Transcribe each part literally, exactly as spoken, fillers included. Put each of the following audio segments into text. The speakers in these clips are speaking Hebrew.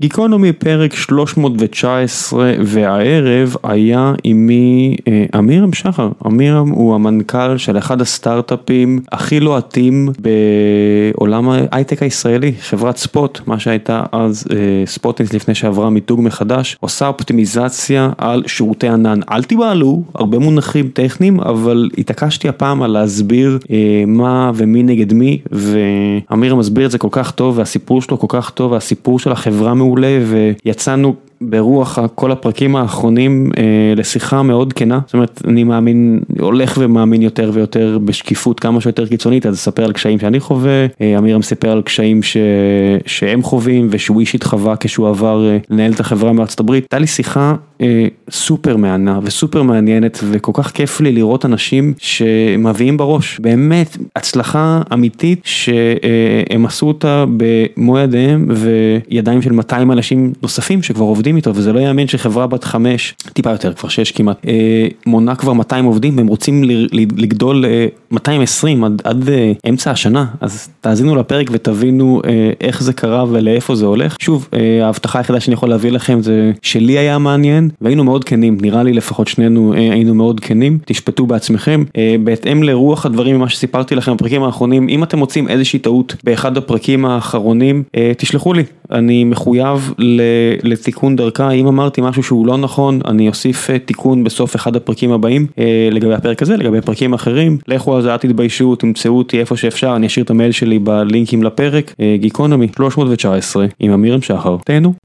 גיקונומי פרק שלוש מאות תשע עשרה, והערב היה עימי אמירם שחר. אמירם הוא המנכ"ל של אחד הסטארט-אפים הכי לוהטים בעולם ההייטק הישראלי, חברת ספוט, מה שהייתה אז ספוטינס לפני שעברה מיתוג מחדש, עושה אופטימיזציה על שירותי ענן. אל תיבהלו, הרבה מונחים טכניים, אבל התעקשתי הפעם על להסביר מה ומי נגד מי, ואמירם מסביר את זה כל כך טוב, והסיפור שלו כל כך טוב, והסיפור של החברה מעולה, ויצאנו ברוח כל הפרקים האחרונים אה, לשיחה מאוד כנה. זאת אומרת, אני מאמין, הולך ומאמין יותר ויותר בשקיפות כמה שיותר קיצונית, אז אספר על קשיים שאני חווה, אה, אמירם סיפר על קשיים ש... שהם חווים, ושהוא אישית חווה כשהוא עבר אה, לנהל את החברה מארצות הברית. הייתה לי שיחה אה, סופר מענה וסופר מעניינת, וכל כך כיף לי לראות אנשים שמביאים בראש, באמת הצלחה אמיתית שהם עשו אותה במו ידיהם, וידיים של מאתיים אנשים נוספים שכבר עובדים איתו, וזה לא יאמן שחברה בת חמש, טיפה יותר, כבר שש כמעט, מונה כבר מאתיים עובדים, והם רוצים לגדול מאתיים ועשרים עד, עד אמצע השנה, אז תאזינו לפרק ותבינו איך זה קרה ולאיפה זה הולך. שוב, ההבטחה היחידה שאני יכול להביא לכם זה שלי היה מעניין, והיינו מאוד כנים, נראה לי לפחות שנינו היינו מאוד כנים, תשפטו בעצמכם, בהתאם לרוח הדברים ממה שסיפרתי לכם בפרקים האחרונים, אם אתם מוצאים איזושהי טעות באחד הפרקים האחרונים, תשלחו לי, אני מחויב לתיקון דרכה, אם אמרתי משהו שהוא לא נכון, אני אוסיף תיקון בסוף אחד הפרקים הבאים, לגבי הפרק הזה, לגבי פרקים אחרים, לכו אז אל תתביישו, תמצאו אותי איפה שאפשר, אני אשאיר את המייל שלי בלינקים לפרק, גיקונומי שלוש מאות תשע עשרה, עם אמירם שחר, תהנו.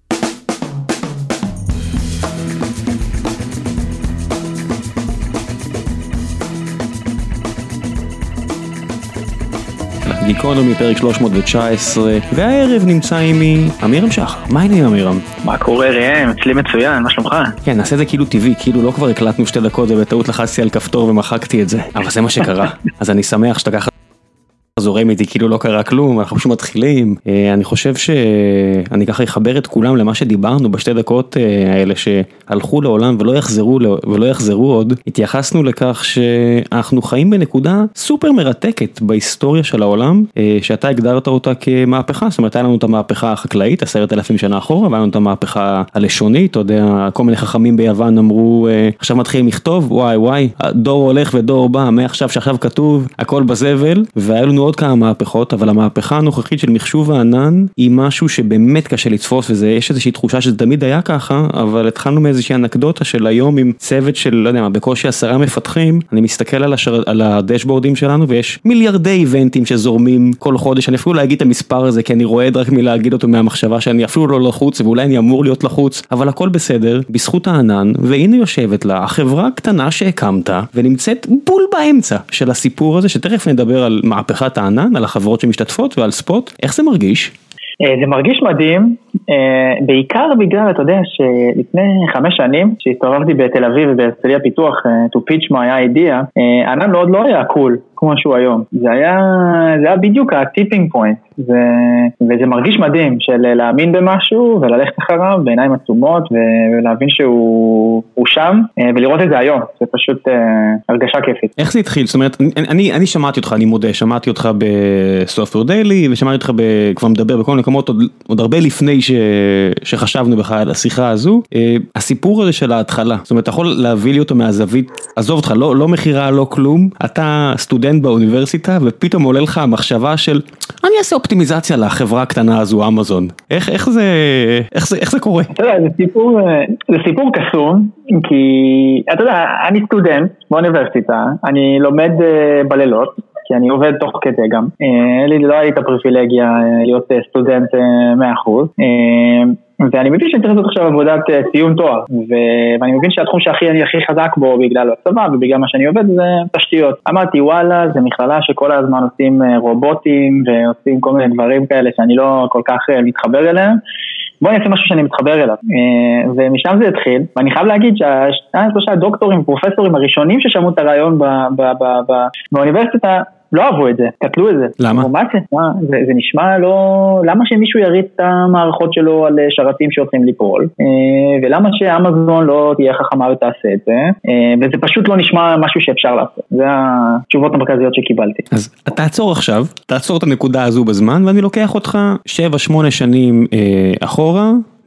גיקונומי פרק שלוש מאות תשע עשרה, והערב נמצא עימי אמירם שחר. מה העניינים אמירם? מה קורה ראם? אצלי מצוין, מה שלומך? כן, נעשה את זה כאילו טבעי, כאילו לא כבר הקלטנו שתי דקות ובטעות לחצתי על כפתור ומחקתי את זה, אבל זה מה שקרה. אז אני שמח שאתה ככה זורם איתי, כאילו לא קרה כלום, אנחנו פשוט מתחילים. אני חושב שאני ככה אחבר את כולם למה שדיברנו בשתי דקות האלה שהלכו לעולם ולא יחזרו, ולא יחזרו עוד. התייחסנו לכך שאנחנו חיים בנקודה סופר מרתקת בהיסטוריה של העולם, שאתה הגדרת אותה כמהפכה. זאת אומרת, היה לנו את המהפכה החקלאית, עשרת אלפים שנה אחורה, והיה לנו את המהפכה הלשונית, אתה יודע, כל מיני חכמים ביוון אמרו, עכשיו מתחילים לכתוב, וואי וואי, דור הולך ודור בא, מעכשיו שעכשיו כתוב, הכל בזבל, והיה לנו עוד כמה מהפכות, אבל המהפכה הנוכחית של מחשוב הענן היא משהו שבאמת קשה לתפוס, וזה, יש איזושהי תחושה שזה תמיד היה ככה, אבל התחלנו מאיזושהי אנקדוטה של היום עם צוות של, לא יודע מה, בקושי עשרה מפתחים, אני מסתכל על, השר, על הדשבורדים שלנו, ויש מיליארדי איבנטים שזורמים כל חודש, אני אפילו להגיד את המספר הזה, כי אני רואה רק מלהגיד אותו מהמחשבה שאני אפילו לא לחוץ, ואולי אני אמור להיות לחוץ, אבל הכל בסדר, בזכות הענן, והנה יושבת לה, החברה הקטנה שהקמת, ונמצאת בול באמצע של הסיפור הזה, שתכף נדבר על מהפכת הענן, על החברות שמשתתפות ועל ספוט. איך זה מרגיש? זה מרגיש מדהים, בעיקר בגלל, אתה יודע, שלפני חמש שנים, שהסתובבתי בתל אביב ובהרצליה פיתוח, to pitch my idea, הענן מאוד לא היה קול, כמו שהוא היום. זה היה, זה היה בדיוק הטיפינג פוינט, וזה מרגיש מדהים, של להאמין במשהו, וללכת אחריו, בעיניים עצומות, ולהבין שהוא שם, ולראות את זה היום. זה פשוט הרגשה כיפית. איך זה התחיל? זאת אומרת, אני, אני שמעתי אותך, אני מודה, שמעתי אותך בסופר דיילי, ושמעתי אותך כבר מדבר בכל מיני מקומות, עוד, עוד הרבה לפני ש, שחשבנו בכלל על השיחה הזו. הסיפור הזה של ההתחלה, זאת אומרת, אתה יכול להביא לי אותו מהזווית, עזוב אותך, לא, לא מחירה, לא כלום, אתה סטודנט באוניברסיטה, ופתאום עולה לך המחשבה של, אני אעשה אופטימיזציה לחברה הקטנה הזו, אמזון. איך, איך זה, איך זה, איך זה קורה? אתה יודע, זה סיפור, זה סיפור קסום, כי, אתה יודע, אני סטודנט באוניברסיטה, אני לומד בלילות, כי אני עובד תוך כדי גם. לי לא הייתה פריבילגיה להיות סטודנט מאה אחוז, ואני מבין שאני צריך לעשות עכשיו עבודת סיום תואר, ואני מבין שהתחום שהכי אני הכי חזק בו בגלל הצבא ובגלל מה שאני עובד זה תשתיות. אמרתי וואלה, זה מכללה שכל הזמן עושים רובוטים ועושים כל מיני דברים כאלה שאני לא כל כך מתחבר אליהם, בוא נעשה משהו שאני מתחבר אליו, ומשם זה התחיל, ואני חייב להגיד שהשניים שלושה דוקטורים, פרופסורים הראשונים ששמעו את הרעיון באוניברסיטה, לא אהבו את זה, קטלו את זה. למה? זה, זה נשמע לא, למה שמישהו יריץ את המערכות שלו על שרתים שהולכים ליפול, ולמה שאמזון לא תהיה חכמה ותעשה את זה, וזה פשוט לא נשמע משהו שאפשר לעשות. זה התשובות המרכזיות שקיבלתי. אז תעצור עכשיו, תעצור את הנקודה הזו בזמן, ואני לוקח אותך שבע, שמונה שנים אחורה,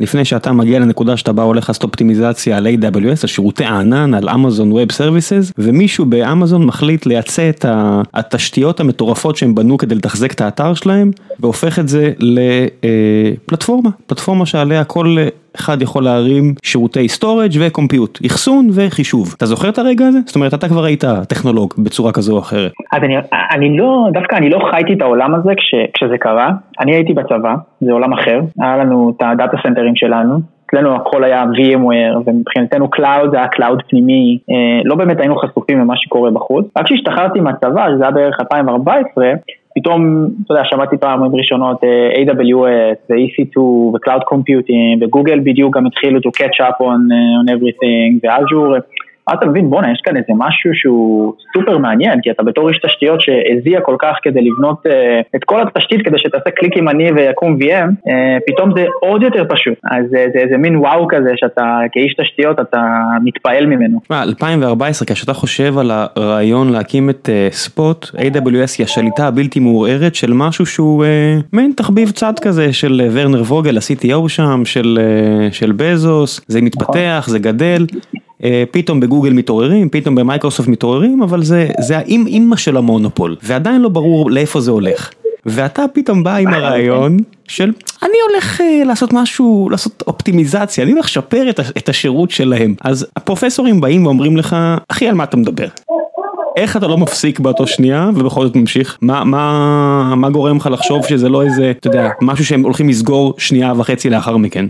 לפני שאתה מגיע לנקודה שאתה בא הולך לעשות אופטימיזציה על איי דאבליו אס, על שירותי הענן, על אמזון ווב סרוויסס, ומישהו באמזון מחליט לייצא את התשתיות המטורפות שהם בנו כדי לתחזק את האתר שלהם, והופך את זה לפלטפורמה, פלטפורמה שעליה כל אחד יכול להרים שירותי סטורג' וקומפיוט, אחסון וחישוב. אתה זוכר את הרגע הזה? זאת אומרת, אתה כבר היית טכנולוג בצורה כזו או אחרת. אז אני, אני לא, דווקא אני לא חייתי את העולם הזה כש, כשזה קרה. אני הייתי בצבא, זה עולם אחר. היה לנו את הדאטה סנטרים שלנו. אצלנו הכל היה VMware, ומבחינתנו קלאוד זה היה קלאוד פנימי. לא באמת היינו חשופים למה שקורה בחוץ. רק כשהשתחררתי מהצבא, זה היה בערך אלפיים וארבע עשרה, פתאום, אתה יודע, שמעתי פעמים ראשונות איי דאבליו אס ו-אי סי טו ו-Cloud Computing וגוגל בדיוק גם התחילו to catch up on, on everything ואז'ור. אתה מבין, בונה, יש כאן איזה משהו שהוא סופר מעניין, כי אתה בתור איש תשתיות שהזיע כל כך כדי לבנות uh, את כל התשתית כדי שתעשה קליק ימני ויקום וי אם, uh, פתאום זה עוד יותר פשוט. אז זה איזה מין וואו כזה שאתה כאיש תשתיות אתה מתפעל ממנו. אלפיים וארבע עשרה, כשאתה חושב על הרעיון להקים את uh, ספוט, איי דאבליו אס היא השליטה הבלתי מעורערת של משהו שהוא uh, מעין תחביב צד כזה של uh, ורנר ווגל, ה-סי טי או שם, של, uh, של בזוס, זה מתפתח, זה גדל. פתאום בגוגל מתעוררים, פתאום במייקרוסופט מתעוררים, אבל זה, זה האמא של המונופול, ועדיין לא ברור לאיפה זה הולך. ואתה פתאום בא עם הרעיון של, אני הולך לעשות משהו, לעשות אופטימיזציה, אני הולך לשפר את, את השירות שלהם. אז הפרופסורים באים ואומרים לך, אחי, על מה אתה מדבר? איך אתה לא מפסיק באותו שנייה, ובכל זאת ממשיך? מה, מה, מה גורם לך לחשוב שזה לא איזה, אתה יודע, משהו שהם הולכים לסגור שנייה וחצי לאחר מכן?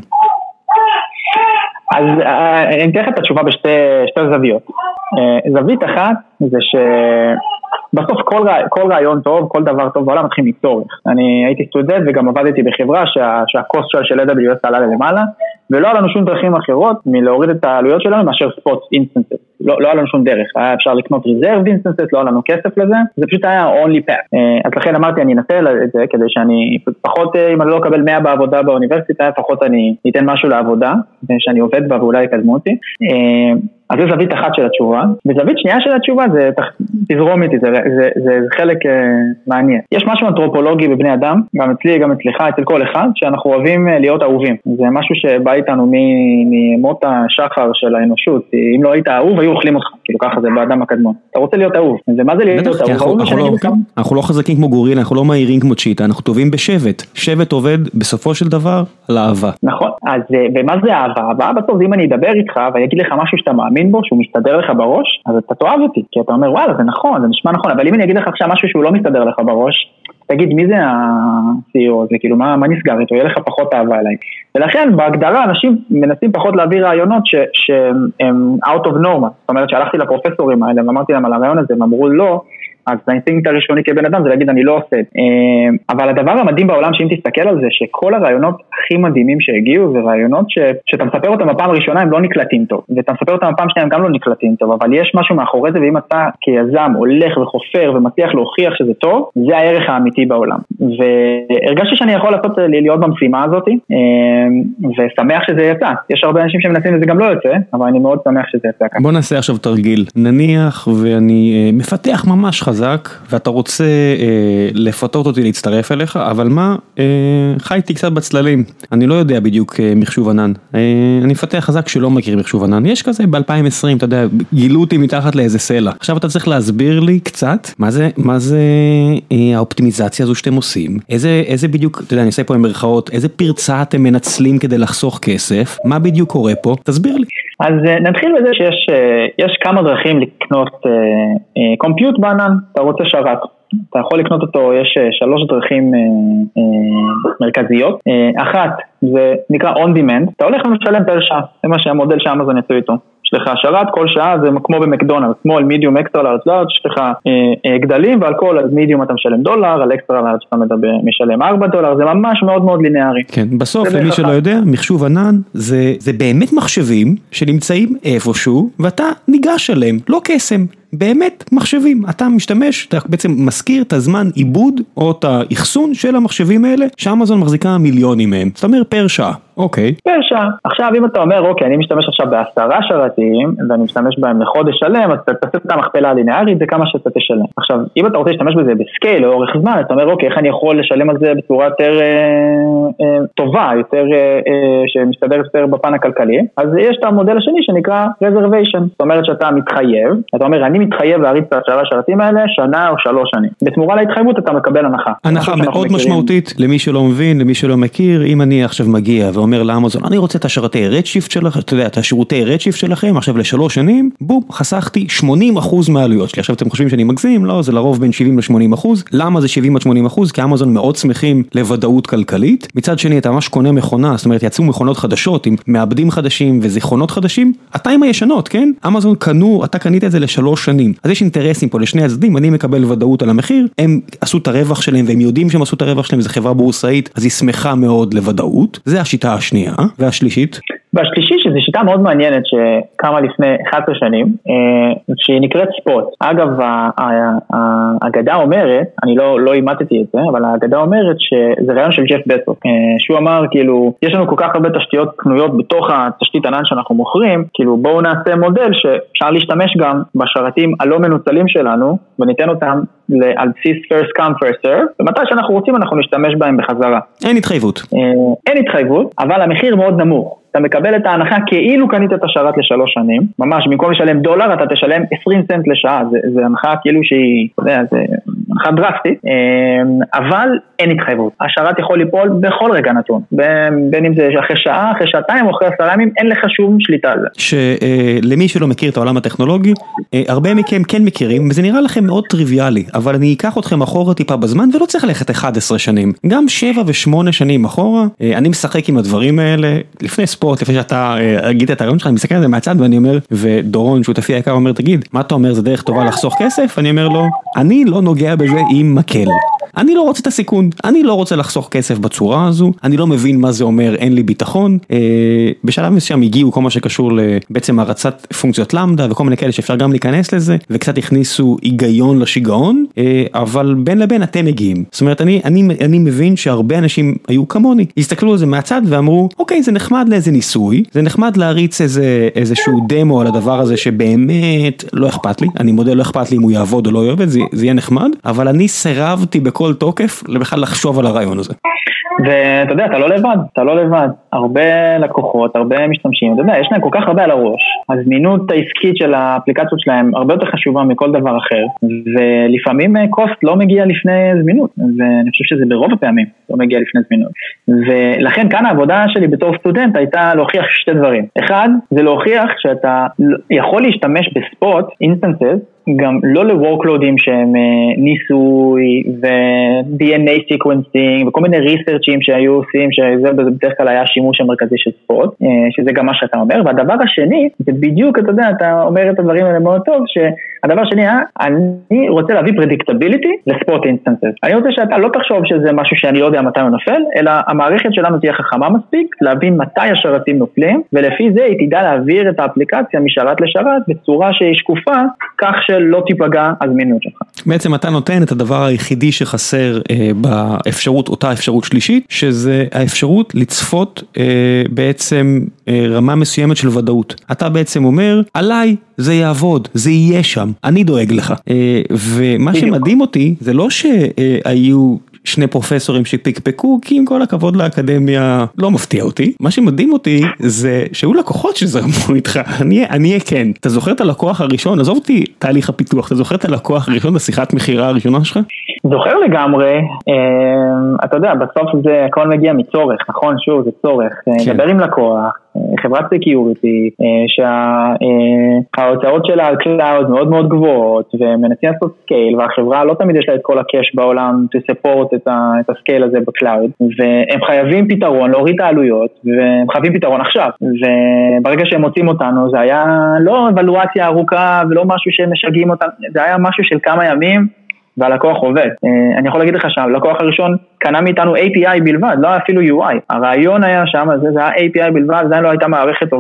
אז אני אתן לך את התשובה בשתי שתי זוויות. זווית אחת זה שבסוף כל, כל רעיון טוב, כל דבר טוב בעולם מתחיל מצורך. אני הייתי סטודנט וגם עבדתי בחברה שה, שהקוסט של איי דאבליו אס עלה למעלה, ולא היה לנו שום דרכים אחרות מלהוריד את העלויות שלנו מאשר ספוט אינסטנסס. לא, לא היה לנו שום דרך, היה אפשר לקנות ריזרב אינסטנסס, לא היה לנו כסף לזה, זה פשוט היה only path. אז לכן אמרתי, אני אנסה את זה כדי שאני פחות, אם אני לא אקבל מאה בעבודה באוניברסיטה, לפחות אני אתן משהו לעבודה, שאני עובד בה ואולי יקדמו אותי. אז זה זווית אחת של התשובה, וזווית שנייה של התשובה זה תזרום איתי, זה, זה, זה, זה חלק uh, מעניין. יש משהו אנתרופולוגי בבני אדם, גם אצלי, גם אצלך, אצל כל אחד, שאנחנו אוהבים להיות אהובים. זה משהו שבא איתנו ממות השחר של האנושות. אם לא היית אהוב, היו אוכלים אותך, כאילו ככה זה באדם הקדמון. אתה רוצה להיות אהוב. ומה זה להיות אהוב? אנחנו לא חזקים כמו גורילה, אנחנו לא מהירים כמו צ'יטה, אנחנו טובים בשבט. שבט עובד בסופו של דבר על אהבה. נכון, אז ומה זה אהבה? אהבה בסוף, אם אני אדבר איתך ואני אגיד לך משהו שאתה מאמין בו, שהוא מסתדר לך בראש, אז אתה תאהב אותי, כי אתה אומר, וואלה, זה נכון, זה נשמע נכון, אבל אם אני אגיד לך עכשיו משהו שהוא לא מסתדר לך בראש, תגיד, מי זה ה-סי אי או? זה כאילו, מה, מה נסגר איתו? יהיה לך פחות אהבה אליי. ולכן, בהגדרה, אנשים מנסים פחות להביא רעיונות שהם out of normal. זאת אומרת, שהלכתי לפרופסורים האלה, ואמרתי להם על הרעיון הזה, הם אמרו לא, אז האינסטינקט הראשוני כבן אדם זה להגיד אני לא עושה. אבל הדבר המדהים בעולם שאם תסתכל על זה, שכל הרעיונות הכי מדהימים שהגיעו, זה רעיונות ש... שאתה מספר אותם בפעם הראשונה הם לא נקלטים טוב, ואתה מספר אותם בפעם שנייה הם גם לא נקלטים טוב, אבל יש משהו מאחורי זה, ואם אתה כיזם הולך וחופר ומצליח להוכיח שזה טוב, זה הערך האמיתי בעולם. והרגשתי שאני יכול לעשות להיות במשימה הזאת, ושמח שזה יצא. יש הרבה אנשים שמנסים וזה גם לא יוצא, אבל אני מאוד שמח שזה יצא. בוא נעשה עכשיו תרגיל. נניח ואני מפתח ממש חזק, ואתה רוצה אה, לפתות אותי להצטרף אליך, אבל מה, אה, חייתי קצת בצללים, אני לא יודע בדיוק אה, מחשוב ענן, אה, אני מפתח חזק שלא מכיר מחשוב ענן, יש כזה ב-אלפיים ועשרים, אתה יודע, גילו אותי מתחת לאיזה סלע, עכשיו אתה צריך להסביר לי קצת, מה זה, מה זה אה, האופטימיזציה הזו שאתם עושים, איזה, איזה בדיוק, אתה יודע, אני עושה פה עם מרכאות, איזה פרצה אתם מנצלים כדי לחסוך כסף, מה בדיוק קורה פה, תסביר לי. אז נתחיל בזה שיש יש כמה דרכים לקנות קומפיוט בענן, אתה רוצה שרת, אתה יכול לקנות אותו, יש שלוש דרכים מרכזיות, אחת זה נקרא on demand, אתה הולך ומשלם פר שעה, זה מה שהמודל שאמזון יצאו איתו, יש לך שרת כל שעה, זה כמו במקדונלד, small, medium, extra large, large, יש לך גדלים ועל כל medium אתה משלם דולר, על extra large אתה משלם ארבעה דולר, זה ממש מאוד מאוד ליניארי. כן, בסוף למי שלא יודע, מחשוב ענן זה, זה באמת מחשבים שנמצאים איפשהו ואתה ניגש עליהם, לא קסם. באמת מחשבים. אתה משתמש, אתה בעצם מזכיר את הזמן עיבוד או את האחסון של המחשבים האלה, שאמזון מחזיקה מיליונים מהם. זאת אומרת פר שעה. אוקיי. פר שעה. עכשיו אם אתה אומר, אוקיי, אני משתמש עכשיו בעשרה שרתים, ואני משתמש בהם לחודש שלם, אז אתה תעשה את המכפלה הלינארית, זה כמה שאתה תשלם. עכשיו, אם אתה רוצה להשתמש בזה בסקייל, לאורך זמן, אתה אומר, אוקיי, איך אני יכול לשלם על זה בצורה יותר אה, אה, טובה, יותר, אה, אה, שמסתדרת יותר בפן הכלכלי, אז יש את המודל השני שנקרא reservation. זאת אומרת שאתה מתחייב, אתה אומר, אני מתחייב להריץ את השערה השרתים האלה, שנה או שלוש שנים. בתמורה להתחייבות אתה מקבל הנחה. הנחה מאוד משמעותית, למי שלא מבין, למי שלא מכיר, אם אני עכשיו מגיע ואומר לאמזון, אני רוצה את השרתי רדשיפט שלכם, אתה יודע, את השירותי רדשיפט שלכם, עכשיו לשלוש שנים, בום, חסכתי שמונים אחוז מהעלויות שלי. עכשיו אתם חושבים שאני מגזים? לא, זה לרוב בין שבעים ל-שמונים אחוז. למה זה שבעים עד שמונים אחוז? כי אמזון מאוד שמחים לוודאות כלכלית. מצד שני, אתה ממש קונה מכונה, זאת אומרת, יצאו מכונות חדשות עם מעבדים חדשים וזיכרונות חדשים, אתה עם הישנות, כן? אמזון קנו, אתה קנית את זה לשלוש שנים. אז יש אינטרסים פה לשני הצדדים, אני מקבל ודאות על המחיר, הם עשו את הרווח שלהם והם יודעים שהם עשו את הרווח שלהם, זה חברה בורסאית, אז היא שמחה מאוד לוודאות. זה השיטה השנייה, והשלישית. והשלישי, שזו שיטה מאוד מעניינת שקמה לפני אחת עשרה שנים, שהיא נקראת ספוט. אגב, האגדה אומרת, אני לא, לא אימתתי את זה, אבל האגדה אומרת שזה רעיון של ג'ף בזוס, שהוא אמר, כאילו, יש לנו כל כך הרבה תשתיות קנויות בתוך התשתית ענן שאנחנו מוכרים, כאילו, בואו נעשה מודל שאפשר להשתמש גם בשרתים הלא מנוצלים שלנו, וניתן אותם על בסיס first come first serve, ומתי שאנחנו רוצים אנחנו נשתמש בהם בחזרה. אין התחייבות. אין התחייבות, אבל המחיר מאוד נמוך. אתה מקבל את ההנחה כאילו קנית את השרת לשלוש שנים, ממש, במקום לשלם דולר, אתה תשלם עשרים סנט לשעה, זה, זה הנחה כאילו שהיא, אתה יודע, זה הנחה דרסטית, אבל אין התחייבות. השרת יכול ליפול בכל רגע נתון, בין אם זה אחרי שעה, אחרי שעתיים או אחרי עשרה ימים, אין לך שום שליטה על זה. שלמי שלא מכיר את העולם הטכנולוגי, הרבה מכם כן מכירים, וזה נראה לכם מאוד טריוויאלי, אבל אני אקח אתכם אחורה טיפה בזמן, ולא צריך ללכת אחת עשרה שנים, גם שבע ושמונה שנים אחורה, אני משחק עם הדברים האלה, לפני ספורט, לפני שאתה הגית את הרעיון שלך, אני מסתכל על זה מהצד ואני אומר, ודורון שותפי היקר אומר, תגיד, מה אתה אומר, זה דרך טובה לחסוך כסף? אני אומר לו, אני לא נוגע בזה עם מקל. אני לא רוצה את הסיכון, אני לא רוצה לחסוך כסף בצורה הזו, אני לא מבין מה זה אומר, אין לי ביטחון. בשלב מסוים הגיעו כל מה שקשור בעצם הרצת פונקציות למדה וכל מיני כאלה שאפשר גם להיכנס לזה, וקצת הכניסו היגיון לשיגעון, אבל בין לבין אתם מגיעים. זאת אומרת, אני, אני, אני מבין שהרבה אנשים היו כמוני, הסתכלו על זה מהצד ואמרו, אוקיי, זה נחמד לאיזה ניסוי, זה נחמד להריץ איזה, איזשהו דמו על הדבר הזה שבאמת לא אכפת לי, אני מודה לא אכפת לי אם הוא יעבוד או לא יעבוד, זה, זה יהיה נחמד, אבל אני סירבתי בכל תוקף בכלל לחשוב על הרעיון הזה. ואתה יודע, אתה לא לבד, אתה לא לבד. הרבה לקוחות, הרבה משתמשים, אתה יודע, יש להם כל כך הרבה על הראש. הזמינות העסקית של האפליקציות שלהם הרבה יותר חשובה מכל דבר אחר, ולפעמים קוסט לא מגיע לפני זמינות, ואני חושב שזה ברוב הפעמים לא מגיע לפני זמינות. ולכן כאן העבודה שלי בתור סטודנט הייתה להוכיח שתי דברים. אחד, זה להוכיח שאתה יכול להשתמש בספוט, אינסטנסס, גם לא לוורקלודים שהם ניסוי ו-די אן איי sequencing וכל מיני ריסרצ'ים שהיו עושים, שזה בדרך כלל היה השימוש המרכזי של ספוט, שזה גם מה שאתה אומר. והדבר השני, זה בדיוק, אתה יודע, אתה אומר את הדברים האלה מאוד טוב, שהדבר השני, אני רוצה להביא predictability לספוט אינסטנסס. אני רוצה שאתה לא תחשוב שזה משהו שאני לא יודע מתי הוא נופל, אלא המערכת שלנו תהיה חכמה מספיק, להבין מתי השרתים נופלים, ולפי זה היא תדע להעביר את האפליקציה משרת לשרת בצורה שהיא שקופה, כך שלא תיפגע הזמינות שלך. בעצם אתה נותן את הדבר היחידי שחסר אה, באפשרות, אותה אפשרות שלישית, שזה האפשרות לצפות אה, בעצם אה, רמה מסוימת של ודאות. אתה בעצם אומר, עליי זה יעבוד, זה יהיה שם, אני דואג לך. אה, ומה שמדהים אותי, זה לא שהיו שני פרופסורים שפקפקו, כי עם כל הכבוד לאקדמיה לא מפתיע אותי. מה שמדהים אותי זה שהיו לקוחות שזרמו איתך. אני, אני אהיה כן. אתה זוכר את הלקוח הראשון? עזוב אותי תהליך הפיתוח. אתה זוכר את הלקוח הראשון בשיחת מחירה הראשונה שלך? זוכר לגמרי. אתה יודע, בסוף זה הכל מגיע מצורך, נכון? שוב, זה צורך. דבר עם לקוח, חברת סקיוריטי, שההוצאות שלה על קלאוד מאוד מאוד גבוהות, ומנסים לעשות סקייל, והחברה לא תמיד יש לה את כל הקש בעולם to support את, ה, את הסקייל הזה בקלאוד, והם חייבים פתרון, להוריד את העלויות, והם חייבים פתרון עכשיו, וברגע שהם מוצאים אותנו, זה היה לא אבלואציה ארוכה, ולא משהו שהם משגעים אותנו, זה היה משהו של כמה ימים, והלקוח עובד. אני יכול להגיד לך שהלקוח הראשון קנה מאיתנו איי פי איי בלבד, לא אפילו יו איי. הרעיון היה שם, זה היה איי פי איי בלבד, עדיין לא הייתה מערכת עובדת,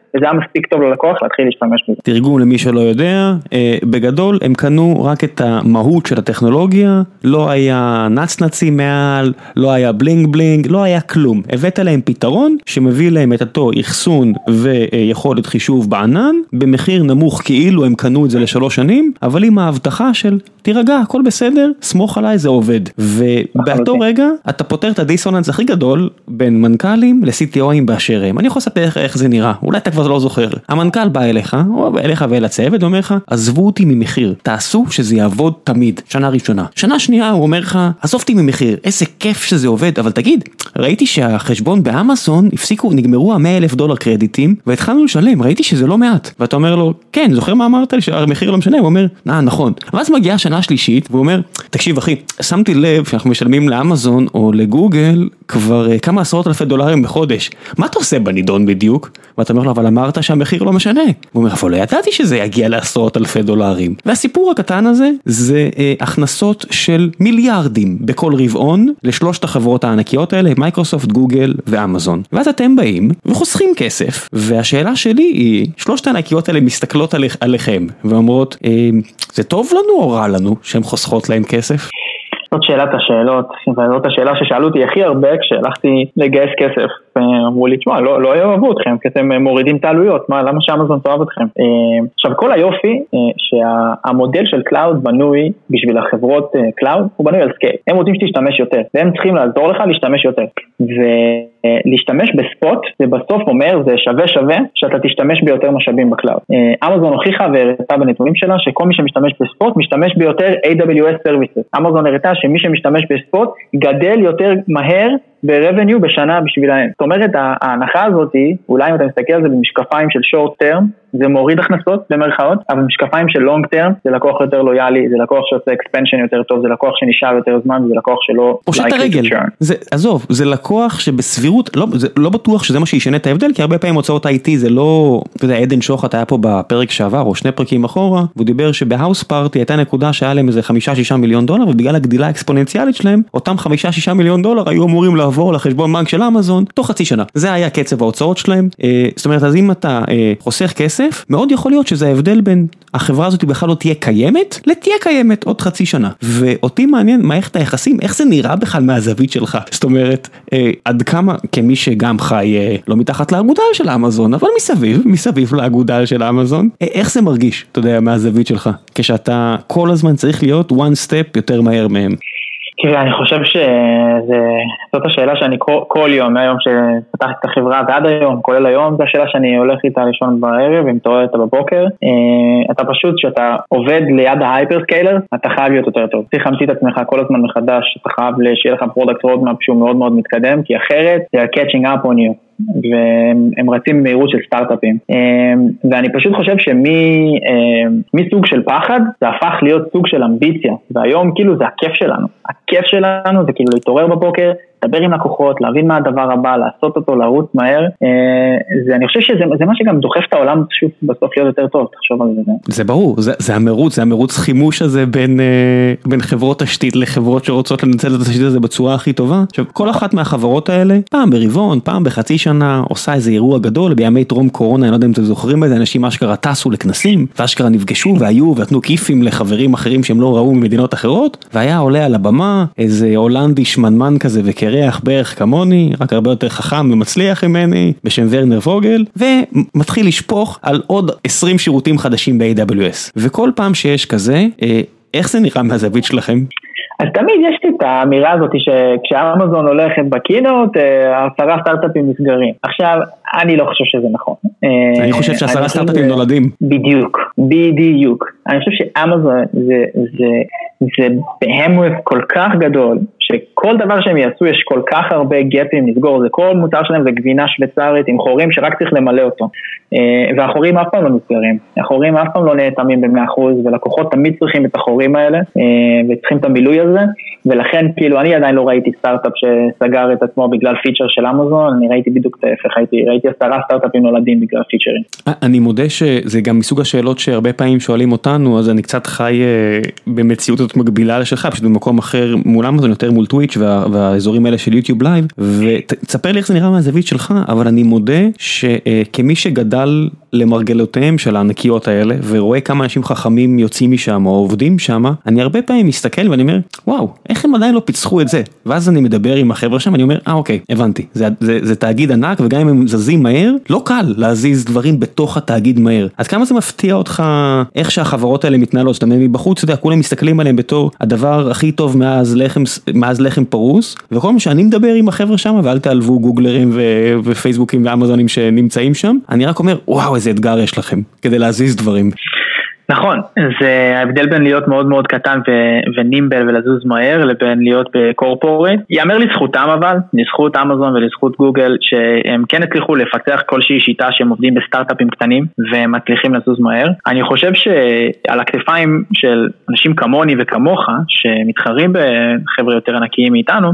וזה היה מספיק טוב ללקוח להתחיל להשתמש בזה. תרגום למי שלא יודע, בגדול הם קנו רק את המהות של הטכנולוגיה, לא היה נצנצי מעל, לא היה בלינג בלינג, לא היה כלום. הבאת להם פתרון שמביא להם את אותו אחסון ויכולת חישוב בענן, במחיר נמוך כאילו הם קנו את זה לשלוש שנים, אבל עם ההבטחה של תירגע, הכל בסדר, סמוך עליי, זה עובד. ובאותו רגע אתה פותר את הדיסוננס הכי גדול בין מנכ"לים ל-סי טי או'ים באשר הם. אני יכול לספר איך זה נראה, אולי אתה כבר לא זוכר. המנכ"ל בא אליך, או אליך ואל הצוות, ואומר לך, עזבו אותי ממחיר, תעשו שזה יעבוד תמיד, שנה ראשונה. שנה שנייה הוא אומר לך, עזוב אותי ממחיר, איזה כיף שזה עובד, אבל תגיד, ראיתי שהחשבון באמזון הפסיקו, נגמרו ה-מאה אלף דולר קרדיטים, והתחלנו לשלם, ראיתי שזה לא מעט. ואתה אומר לו, כן, זוכר מה אמרת לי, שהמחיר לא משנה? הוא אומר, אה, נכון. ואז מגיעה השנה השלישית, והוא אומר, תקשיב אחי, שמתי לב שאנחנו משלמים לאמזון או לגוגל כבר כמה עשרות אלפי דולרים בחודש. מה אתה עושה בנידון בדיוק? ואתה אומר לו, אבל אמרת שהמחיר לא משנה. הוא אומר, אבל לא ידעתי שזה יגיע לעשרות אלפי דולרים. והסיפור הקטן הזה, זה אה, הכנסות של מיליארדים בכל רבעון, לשלושת החברות הענקיות האלה, מייקרוסופט, גוגל ואמזון. ואז אתם באים וחוסכים כסף, והשאלה שלי היא, שלושת הענקיות האלה מסתכלות עליכ, עליכם, ואומרות, אה, זה טוב לנו או רע לנו שהן חוסכות להם כסף? זאת שאלת השאלות, וזאת השאלה ששאלו אותי הכי הרבה כשהלכתי לגייס כסף. אמרו לי, תשמע, לא, לא יאהבו אתכם, כי אתם מורידים את העלויות, מה, למה שאמזון תאהב אתכם? עכשיו, כל היופי שהמודל של קלאוד בנוי בשביל החברות קלאוד, הוא בנוי על סקייל. הם רוצים שתשתמש יותר, והם צריכים לעזור לך להשתמש יותר. ולהשתמש בספוט, זה בסוף אומר, זה שווה שווה, שאתה תשתמש ביותר משאבים בקלאוד. אמזון הוכיחה והראתה בנתונים שלה, שכל מי שמשתמש בספוט, משתמש ביותר איי דאבליו אס Services. אמזון הראתה שמי שמשתמש בספוט, גדל יותר מהר ברבניו בשנה בשבילהם. זאת אומרת, ההנחה הזאת, אולי אם אתה מסתכל על זה במשקפיים של שורט טרם, זה מוריד הכנסות במרכאות, אבל משקפיים של לונג טרם, זה לקוח יותר לויאלי, זה לקוח שעושה אקספנשן יותר טוב, זה לקוח שנשאר יותר זמן, זה לקוח שלא... פושט הרגל. זה, עזוב, זה לקוח שבסבירות, לא, זה, לא בטוח שזה מה שישנה את ההבדל, כי הרבה פעמים הוצאות איי טי זה לא... אתה יודע, עדן שוחט היה פה בפרק שעבר, או שני פרקים אחורה, והוא דיבר שבהאוס פארטי הייתה נקודה שהיה להם איזה חמישה שישה מיליון דולר, ובגלל הגדילה האקספוננציאלית שלהם, אותם חמישה שישה מיליון דולר היו אמורים לעבור לחשבון בנק של אמזון תוך חצי שנה. זה היה קצב ההוצאות שלהם. זאת אומרת, אז אם אתה חוסך כסף, מאוד יכול להיות שזה ההבדל בין החברה הזאת בכלל לא תהיה קיימת, לתהיה קיימת עוד חצי שנה. ואותי מעניין מערכת היחסים, איך זה נראה בכלל מהזווית שלך? זאת אומרת, עד כמה, כמי שגם חי לא מתחת לאגודל של אמזון, אבל מסביב, מסביב לאגודל של אמזון, איך זה מרגיש, אתה יודע, מהזווית שלך? כשאתה כל הזמן צריך להיות one step יותר מהר מהם. תראה, אני חושב שזאת השאלה שאני כל יום, מהיום שפתחתי את החברה ועד היום, כולל היום, זו השאלה שאני הולך איתה לישון בערב, ומתעורר איתה בבוקר. אתה פשוט, שאתה עובד ליד ההייפרסקיילר, אתה חייב להיות יותר טוב. צריך להמציא את עצמך כל הזמן מחדש, אתה חייב שיהיה לך פרודקט רודמאפ שהוא מאוד מאוד מתקדם, כי אחרת, they are catching up on you. והם רצים במהירות של סטארט-אפים. ואני פשוט חושב שמסוג של פחד, זה הפך להיות סוג של אמביציה. והיום כאילו זה הכיף שלנו. הכיף שלנו זה כאילו להתעורר בבוקר, לדבר עם לקוחות, להבין מה הדבר הבא, לעשות אותו, לרוץ מהר. זה, אני חושב שזה זה מה שגם דוחף את העולם פשוט בסוף להיות יותר טוב, תחשוב על זה. זה ברור, זה, זה המרוץ, זה המרוץ חימוש הזה בין, בין חברות תשתית לחברות שרוצות לנצל את התשתית הזה בצורה הכי טובה. עכשיו, כל אחת מהחברות האלה, פעם ברבעון, פעם בחצי שנה, עושה איזה אירוע גדול, בימי טרום קורונה, אני לא יודע אם אתם זוכרים בזה, אנשים אשכרה טסו לכנסים, ואשכרה נפגשו והיו ונתנו כיפים לחברים אחרים שהם לא ראו ממדינות אחרות, והיה עולה על הבמה איזה הולנדי שמנמן כזה וקרח בערך כמוני, רק הרבה יותר חכם ומצליח ממני, בשם ורנר פוגל, ומתחיל לשפוך על עוד עשרים שירותים חדשים ב-איי דאבליו אס. וכל פעם שיש כזה, איך זה נראה מהזווית שלכם? אז תמיד יש לי את האמירה הזאת שכשאמזון הולכת בקינות, עשרה סטארט-אפים נסגרים. עכשיו, אני לא חושב שזה נכון. אני חושב שעשרה סטארט-אפים נולדים. בדיוק, בדיוק. אני חושב שאמזון זה, זה, זה בהמות כל כך גדול, שכל דבר שהם יעשו יש כל כך הרבה גפים לסגור, זה כל מוצר שלהם זה גבינה שוויצרית עם חורים שרק צריך למלא אותו. והחורים אף פעם לא נסגרים. החורים אף פעם לא נאטמים ב-מאה אחוז, ולקוחות תמיד צריכים את החורים האלה, וצריכים את המילוי הזה, ולכן כאילו אני עדיין לא ראיתי סטארט-אפ שסגר את עצמו בגלל פיצ'ר של אמזון, אני ראיתי בדיוק את ההפך, ראיתי, ראיתי עשרה סטארט-אפים נולדים בגלל פיצ'רים. אני מודה שזה גם מסוג השאלות שהרבה פעמים שואלים אותנו, אז אני קצת חי במציאות הזאת מקבילה לשלך, פשוט במקום אחר מול אמזון, יותר מול מול טוויץ' וה, והאזורים האלה של יוטיוב לייב, ותספר לי איך זה נראה מהזווית שלך, אבל אני מודה שכמי שגדל למרגלותיהם של הענקיות האלה, ורואה כמה אנשים חכמים יוצאים משם או עובדים שם, אני הרבה פעמים מסתכל ואני אומר, וואו, איך הם עדיין לא פיצחו את זה? ואז אני מדבר עם החבר'ה שם, אני אומר, אה אוקיי, הבנתי, זה, זה, זה תאגיד ענק, וגם אם הם זזים מהר, לא קל להזיז דברים בתוך התאגיד מהר. אז כמה זה מפתיע אותך, איך שהחברות האלה מתנהלות, זאת אומרת, מבחוץ, אתה יודע, כולם מסתכלים עליהם בתור הדבר הכי טוב מאז לחם, מאז לחם פרוס, וכל מה שאני מדבר עם החבר'ה שם, ואל תעלבו גוגלרים ו, ופייסבוקים ואמזונים שנמצאים שם, אני רק אומר, וואו, איזה אתגר יש לכם, כדי להזיז דברים. נכון, זה ההבדל בין להיות מאוד מאוד קטן ו- ונימבל ולזוז מהר, לבין להיות בקורפורט. יאמר לזכותם אבל, לזכות אמזון ולזכות גוגל, שהם כן הצליחו לפתח כלשהי שיטה שהם עובדים בסטארט-אפים קטנים, והם מצליחים לזוז מהר. אני חושב שעל הכתפיים של אנשים כמוני וכמוך, שמתחרים בחבר'ה יותר ענקיים מאיתנו,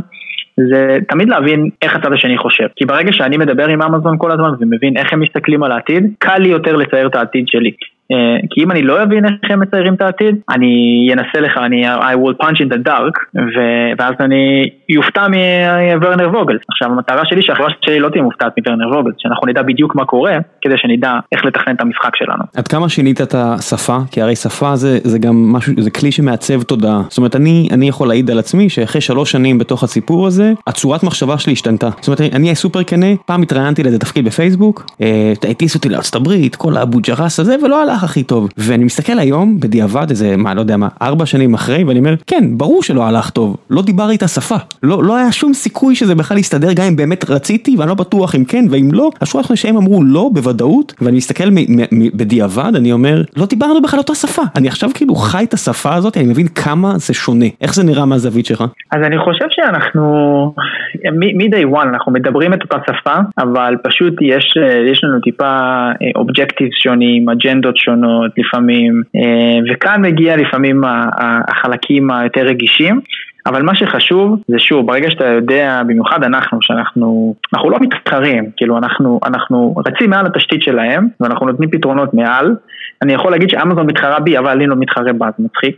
זה תמיד להבין איך הצד השני חושב. כי ברגע שאני מדבר עם אמזון כל הזמן ומבין איך הם מסתכלים על העתיד, קל לי יותר לצייר את העתיד שלי. כי אם אני לא אבין איך הם מציירים את העתיד, אני אנסה לך, אני I will punch in the dark, ואז אני יופתע מוורנר ווגל. עכשיו המטרה שלי שהחברה שלי לא תהיה מופתעת מוורנר ווגל, שאנחנו נדע בדיוק מה קורה, כדי שנדע איך לתכנן את המשחק שלנו. עד כמה שינית את השפה? כי הרי שפה זה, זה גם משהו, זה כלי שמעצב תודעה. זאת אומרת, אני, אני יכול להעיד על עצמי שאחרי שלוש שנים בתוך הסיפור הזה, הצורת מחשבה שלי השתנתה. זאת אומרת, אני אהיה סופר כנה, פעם התראיינתי לזה תפקיד בפייסבוק, הטיס אותי לארצות הברית, כל האבו ג'רס הזה, ולא הלך הכי טוב. ואני מסתכל היום בדיעבד איזה, מה, לא יודע מה, ארבע שנים אחרי, ואני אומר, כן, ברור שלא הלך טוב. לא דיבר איתה שפה. לא, לא היה שום סיכוי שזה בכלל יסתדר, גם אם באמת רציתי, ואני לא בטוח אם כן, ואם לא, השורה שהם אמרו לא בוודאות, ואני מסתכל בדיעבד, אני אומר, לא דיברנו בכלל אותה שפה. אני עכשיו כאילו חי את השפה הזאת, אני מבין כמה זה שונה. איך זה נראה מהזווית שלך? אז אני חושב שאנחנו, מ-day one, אנחנו מדברים את אותה שפה, אבל פשוט יש, יש לנו טיפה אובג'קטיב שונים, אג'נדות שונות לפעמים, וכאן מגיע לפעמים החלקים היותר רגישים, אבל מה שחשוב זה שוב, ברגע שאתה יודע, במיוחד אנחנו, שאנחנו, אנחנו לא מתחרים, כאילו אנחנו, אנחנו רצים מעל התשתית שלהם, ואנחנו נותנים פתרונות מעל, אני יכול להגיד שאמזון מתחרה בי, אבל אני לא מתחרה בה, זה מצחיק.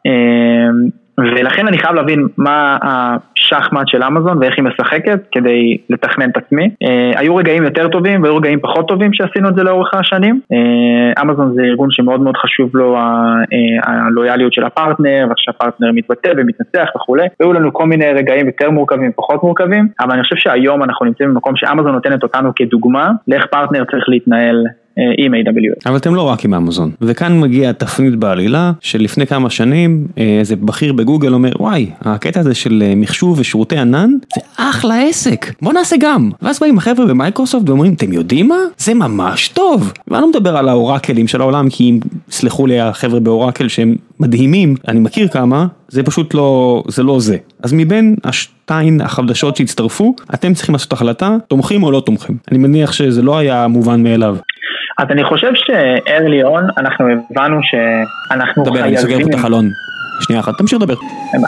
ולכן אני חייב להבין מה השחמט של אמזון ואיך היא משחקת כדי לתכנן את עצמי. היו רגעים יותר טובים והיו רגעים פחות טובים שעשינו את זה לאורך השנים. אמזון זה ארגון שמאוד מאוד חשוב לו הלויאליות של הפרטנר, ושהפרטנר מתבטא ומתנצח וכו'. והיו לנו כל מיני רגעים יותר מורכבים ופחות מורכבים, אבל אני חושב שהיום אנחנו נמצאים במקום שאמזון נותנת אותנו כדוגמה לאיך פרטנר צריך להתנהל עם איי דאבליו אס. אבל אתם לא רק עם אמזון. וכאן מגיע תפנית בעלילה, שלפני כמה שנים, איזה בכיר בגוגל אומר, וואי, הקטע הזה של מחשוב ושירותי ענן, זה אחלה עסק. בוא נעשה גם. ואז באים החבר'ה במייקרוסופט ואומרים, אתם יודעים מה? זה ממש טוב. ואני לא מדבר על האורקלים של העולם, כי אם סלחו לי החבר'ה באורקל שהם מדהימים, אני מכיר כמה, זה פשוט לא, זה לא זה. אז מבין השתיים החדשות שהצטרפו, אתם צריכים לעשות החלטה, תומכים או לא תומכים. אני מניח שזה לא היה מובן מאליו. אז אני חושב ש-early on אנחנו הבנו שאנחנו חייבים... דבר, אני סוגר פה את החלון. שנייה אחת, תמשיך לדבר.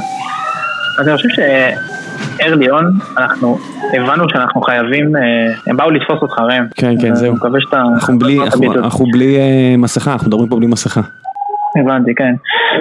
אז אני חושב ש-early on אנחנו הבנו שאנחנו חייבים... הם באו לתפוס אותך רם. כן, כן, זהו. אנחנו בלי מסכה, אנחנו מדברים פה בלי מסכה. הבנתי, כן.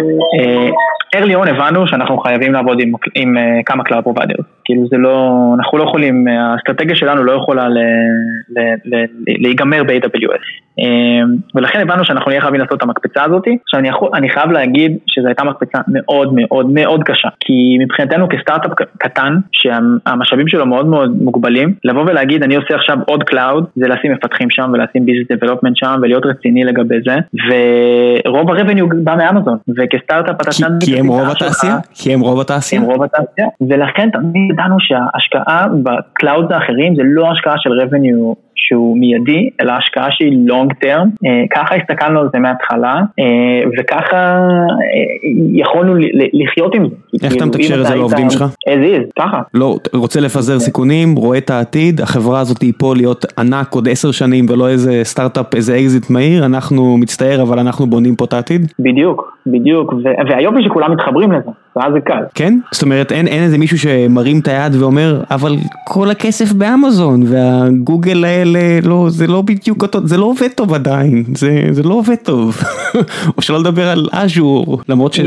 early on הבנו שאנחנו חייבים לעבוד עם, עם כמה cloud providers. כאילו זה לא, אנחנו לא יכולים, האסטרטגיה שלנו לא יכולה ל, ל, ל, להיגמר ב-איי דאבליו אס. ולכן הבנו שאנחנו נהיה חייבים לעשות את המקפצה הזאת. עכשיו אני, יכול, אני חייב להגיד שזו הייתה מקפצה מאוד מאוד מאוד קשה. כי מבחינתנו כסטארט-אפ קטן, שהמשאבים שלו מאוד מאוד מוגבלים, לבוא ולהגיד אני עושה עכשיו עוד cloud, זה לשים מפתחים שם ולשים business development שם ולהיות רציני לגבי זה. ורוב הרבניו בא מאמזון. וכסטארט-אפ אתה שם... כי הם רוב התעשייה? כי הם רוב התעשייה? הם רוב התעשייה. ולכן תמיד ידענו שההשקעה בקלאוד האחרים זה לא השקעה של revenue שהוא מיידי, אלא השקעה שהיא long term. ככה הסתכלנו על זה מההתחלה, וככה יכולנו לחיות עם זה. איך אתה מתקשר את זה לעובדים שלך? איזה, ככה. לא, רוצה לפזר סיכונים, רואה את העתיד, החברה הזאת היא פה להיות ענק עוד עשר שנים, ולא איזה סטארט-אפ, איזה אקזיט מהיר, אנחנו מצטער, אבל אנחנו בונים פה את העתיד? בדיוק, בדיוק, והיום יש שכולם מתחברים לזה, ואז זה קל. כן? זאת אומרת, אין איזה מישהו שמרים את היד ואומר, אבל כל הכסף באמזון, והגוגל האלה, לא, זה לא בדיוק אותו, זה לא עובד טוב עדיין, זה, זה לא עובד טוב. או שלא לדבר על אז'ור, למרות ש... יש,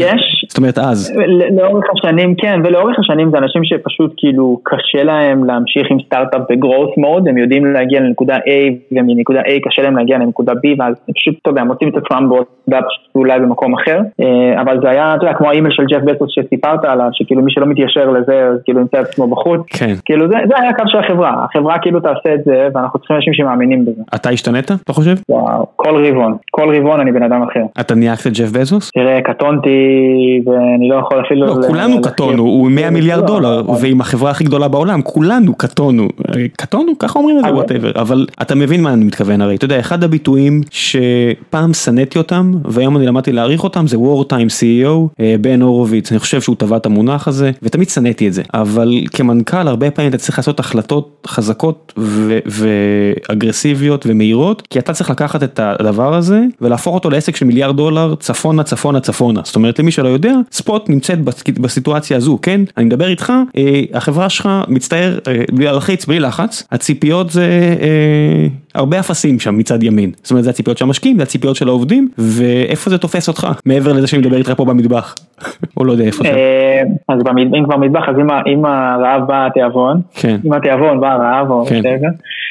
זאת אומרת אז. לאורך השנים, כן, ולאורך השנים זה אנשים שפשוט כאילו קשה להם להמשיך עם סטארט-אפ בגרוס מוד, הם יודעים להגיע לנקודה A, ומנקודה A קשה להם להגיע לנקודה B, ואז הם פשוט, אתה יודע, מוצאים את עצמם בעודה פשוט אולי במקום אחר, אבל זה היה, אתה יודע, כמו האימייל של ג'ף בזוס שסיפרת עליו, שכאילו מי שלא מתיישר לזה, אז כאילו נמצא את עצמו בחוץ, כן. כאילו זה, זה היה הקו של החברה, החברה כאילו תעשה את זה, ואנחנו צריכים אנשים שמאמינים בזה. אתה השתנית, אתה חושב? וואו, כל רבעון, כל רבעון אני בן אדם אחר. אתה נהיה קצת ג'ף בזוס? תראה, קטונתי, ואני לא יכול אפילו... לא, כולנו קטונו, הוא מאה מיליארד דולר, ועם החברה הכי גדולה בעולם, כולנו קטונו, קטונו, ככה אומרים את זה, whatever, אבל אתה מבין מה אני מתכוון הרי, אתה יודע, אחד הביטויים שפעם סנאתי אותם, והיום אני למדתי להעריך אותם, זה Wartime סי אי או, בן הורוביץ, אני חושב שהוא טבע את המונח הזה, ותמיד סנאתי את זה, אבל כמנכ"ל, הרבה פעמים אתה צריך לעשות החלטות חזקות ואגרסיביות ומהירות, כי אתה צריך לקחת את הדבר הזה, ולהפוך אותו לעסק של מיליארד דולר, צפונה, צפונה, צפונה. זאת אומרת, למי שלא יודע, ספוט נמצאת בסיטואציה הזו, כן? אני מדבר איתך, החברה שלך מצטער, בלי להלחיץ, בלי לחץ, הציפיות זה הרבה אפסים שם מצד ימין. זאת אומרת, זה הציפיות של המשקיעים, זה הציפיות של העובדים, ואיפה זה תופס אותך? מעבר לזה שאני מדבר איתך פה במטבח. או לא יודע איפה שם. אז אם כבר מטבח, אז אם הרעב בא התיאבון, אם התיאבון בא הרעב, או שתגע,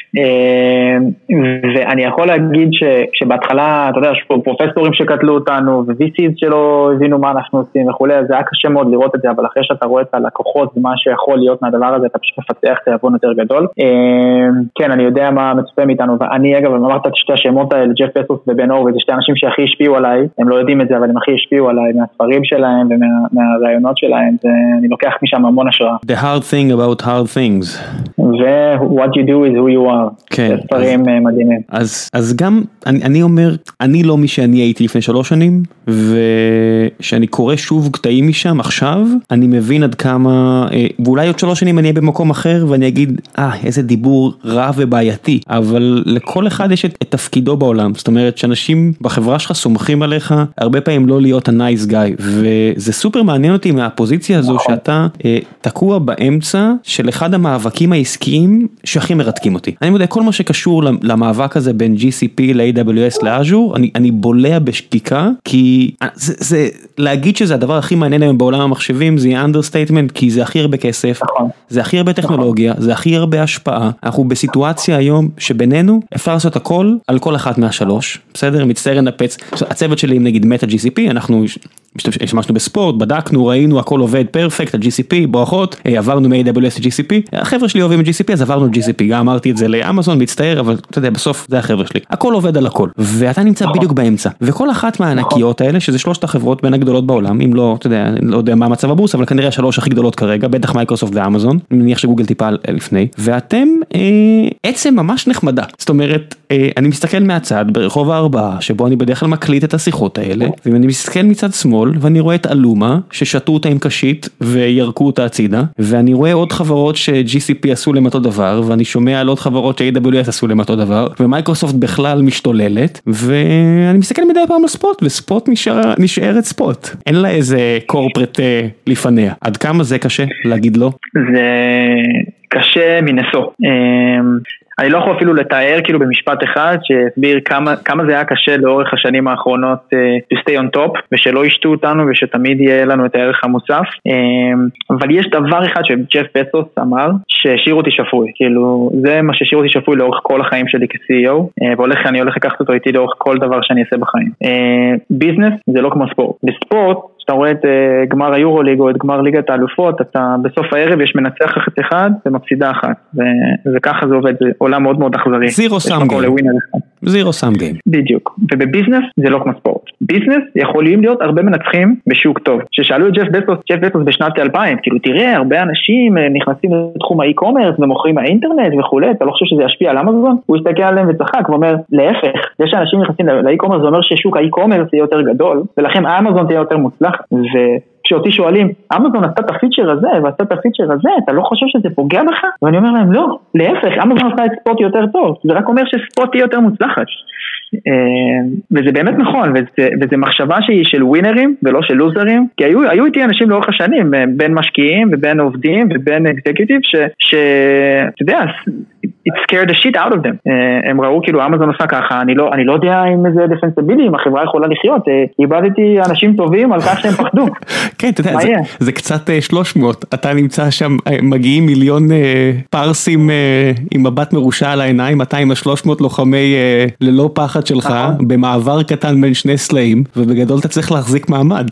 ואני יכול להגיד שבהתחלה, אתה יודע, יש פה פרופסורים שקטלו אותנו, ו-וי סי'ז שלא הבינו מה אנחנו עושים וכולי, אז זה היה קשה מאוד לראות את זה, אבל אחרי שאתה רואה את הלקוחות ומה שיכול להיות מהדבר הזה, אתה פשוט מפתח תיאבון יותר גדול. כן, אני יודע מה מצופה מאיתנו, ואני אגב, אמרת את שתי השמות האלה, ג'ף בזוס ובן הורוביץ, זה שתי אנשים שהכי השפיעו עליי, הם לא יודעים את זה, אבל הם הכי השפיעו עליי מהספרים שלהם ומהרעיונות שלהם, אני לוקח משם המון השראה. The hard thing about hard things. ו-what you do is who you are. כן. זה ספרים מדהימים. אז, אז גם, אני, אני אומר, אני לא מי שאני הייתי לפני שלוש שנים, ושאני קורא שוב קטעים משם עכשיו, אני מבין עד כמה, ואולי עוד שלוש שנים אני אהיה במקום אחר, ואני אגיד, אה, איזה דיבור רע ובעייתי, אבל לכל אחד יש את, את תפקידו בעולם, זאת אומרת, שאנשים בחברה שלך סומכים עליך, הרבה פעמים לא להיות ה-nice guy, וזה סופר מעניין אותי מהפוזיציה הזו, שאתה אה, תקוע באמצע של אחד המאבקים העסקיים שהכי מרתקים אותי. אני יודע, כל מה שקשור למאבק הזה בין ג'י סי פי ל-איי דאבליו אס לאז'ור, אני, אני בולע בשקיקה, כי זה, זה, להגיד שזה הדבר הכי מעניין היום בעולם המחשבים, זה יהיה understatement, כי זה הכי הרבה כסף, זה הכי הרבה טכנולוגיה, זה הכי הרבה השפעה. אנחנו בסיטואציה היום שבינינו אפשר לעשות הכל על כל אחת מהשלוש, בסדר? מצטער לנפץ. הצוות שלי עם נגיד מטה ג'י סי פי, אנחנו השתמשנו בספורט, בדקנו, ראינו, הכל עובד פרפקט, ה-ג'י סי פי, ברכות, עברנו מ-איי דאבליו אס ל-ג'י סי פי, החבר'ה שלי אוהבים ל-ג'י סי פי, אז עברנו ל-ג'י סי פי, גם אמרתי את זה לאמזון, מצטער, אבל אתה יודע, בסוף זה החבר'ה שלי. הכל עובד על הכל, ואתה נמצא בדיוק באמצע, וכל אחת מהענקיות האלה, שזה שלושת החברות בין הגדולות בעולם, אם לא, אתה יודע, לא יודע מה המצב הבורס, אבל כנראה השלוש הכי גדולות כרגע, בטח מייקרוסופט ואמזון, אני מניח שגוגל טיפה לפני, ואתם אה, עצם ממש נחמדה. זאת אומרת, אה, אני מסתכל מהצד ברחוב הארבעה, שבו אני בדרך כלל מקליט את השיחות האלה, ואני מסתכל מצד שמאל, ואני רואה את אלומה, ששתו אותה עם קשית, וירקו אותה הצידה, ואני רואה עוד חברות ש-ג'י סי פי עשו להם אותו דבר, ואני שומע על עוד חברות ש-איי דאבליו אס עשו להם אותו דבר, ומייקרוסופט בכלל משתוללת, ואני מסתכל מדי פעם לספוט, וספוט נשאר, נשארת ספוט. אין לה איזה קורפרט אה, לפניה. עד כמה זה קשה להגיד לא? זה קשה מנסו. אני לא יכול אפילו לתאר כאילו במשפט אחד שהסביר כמה, כמה זה היה קשה לאורך השנים האחרונות uh, to stay on top ושלא ישתו אותנו ושתמיד יהיה לנו את הערך המוסף. Um, אבל יש דבר אחד שג'ף בזוס אמר שהשאיר אותי שפוי, כאילו זה מה שהשאיר אותי שפוי לאורך כל החיים שלי כ-סי אי או, uh, והולך, אני הולך לקחת אותו איתי לאורך כל דבר שאני אעשה בחיים. ביזנס uh, זה לא כמו ספורט. בספורט כשאתה רואה את uh, גמר היורוליג או את גמר ליגת האלופות, אתה בסוף הערב יש מנצח אחת אחד ומפסידה אחת, וככה זה עובד, זה עולם מאוד מאוד אכזרי. זירו סאם גיים. זירו סאם גיים. בדיוק, ובביזנס זה לא כמו ספורט. ביזנס יכולים להיות הרבה מנצחים בשוק טוב. ששאלו את ג'ף בזוס, ג'ף בזוס בשנת אלפיים, כאילו תראה, הרבה אנשים נכנסים לתחום האי-קומרס ומוכרים האינטרנט וכולי, אתה לא חושב שזה ישפיע על אמזון? הוא הסתכל עליהם וצחק ואומר, להפך, זה שאנשים נכנסים לאי-קומרס זה אומר ששוק האי-קומרס יהיה יותר גדול, ולכן אמזון תהיה יותר מוצלח. וכשאותי שואלים, אמזון עשתה את הפיצ'ר הזה ועשתה את הפיצ'ר הזה, אתה לא חושב שזה פוגע בך? ואני אומר להם, לא, להפך, אמזון עשתה את ספוט יותר טוב, זה רק אומר שספוט תהיה יותר מוצלחת. וזה באמת נכון, וזה, וזה מחשבה שהיא של ווינרים ולא של לוזרים, כי היו, היו איתי אנשים לאורך השנים, בין משקיעים ובין עובדים ובין אקזקיוטיב, שאתה יודע, it scared the shit out of them. הם ראו כאילו אמזון עושה ככה, אני לא, אני לא יודע אם זה דפנסיבילי, אם החברה יכולה לחיות, איבדתי אנשים טובים על כך שהם פחדו. כן, אתה יודע, זה, זה קצת שלוש מאות, אתה נמצא שם, מגיעים מיליון פרסים עם מבט מרושע על העיניים, אתה עם ה-שלוש מאות לוחמי ללא פחד שלך, במעבר קטן בין שני סלעים, ובגדול אתה צריך להחזיק מעמד.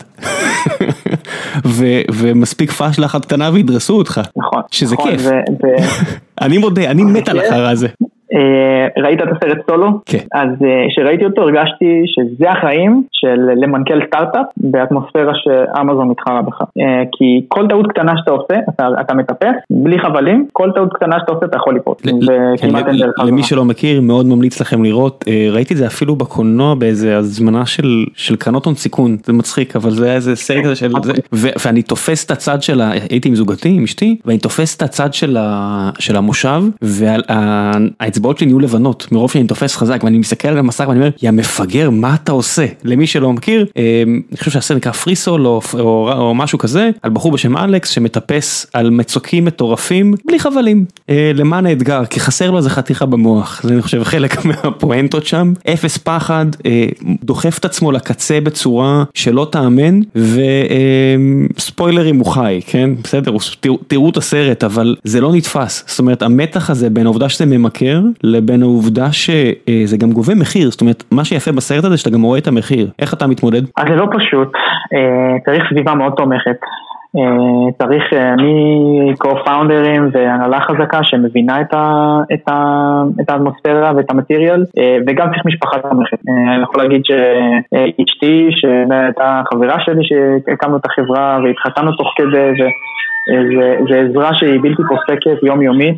ומספיק פשלה אחת קטנה והדרסו אותך, שזה כיף. אני מודה, אני מת על החרא הזה. ראית את הסרט סולו? כן. אז שראיתי אותו הרגשתי שזה החיים של למנכ"ל סטארט-אפ באטמוספירה שאמזון מתחרה בך. כי כל טעות קטנה שאתה עושה, אתה, אתה מטפס, בלי חבלים, כל טעות קטנה שאתה עושה אתה יכול ליפות. למי שלא מכיר, מאוד ממליץ לכם לראות, ראיתי את זה אפילו בקולנוע באיזה הזמנה של, של קרנות הון סיכון, זה מצחיק, אבל זה היה איזה סרט הזה של זה, ואני תופס את הצד של, הייתי עם זוגתי, עם אשתי, ואני תופס את הצד של, של המושב, והאצבעות שלי נהיו לבנות, מרוב שאני תופס חזק, ואני מסתכל על המסך ואני אומר, יא מפגר, מה אתה עושה? למי שלא מכיר, אני חושב שהסרט נקרא פריסול או, או, או משהו כזה, על בחור בשם אלכס שמטפס על מצוקים מטורפים, בלי חבלים, למען האתגר, כי חסר לו איזה חתיכה במוח, זה אני חושב חלק מהפואנטות שם, אפס פחד, דוחף את עצמו לקצה בצורה שלא תאמן, וספוילרים הוא חי, כן? בסדר, תראו, תראו את הסרט, אבל זה לא נתפס, זאת אומרת, המתח הזה בין העובדה שזה ממכר, לבין העובדה שזה גם גובה מחיר, זאת אומרת, מה שיפה בסרט הזה שאתה גם רואה את המחיר, איך אתה מתמודד? אז זה לא פשוט, צריך סביבה מאוד תומכת, צריך אני קו-פאונדרים והנהלה חזקה שמבינה את, ה, את, ה, את האטמוספירה ואת המטריאל, וגם צריך משפחה תומכת. אני יכול להגיד שאשתי שהייתה חברה שלי שהקמנו את החברה והתחתנו תוך כדי, וזה עזרה שהיא בלתי פוסקת יומיומית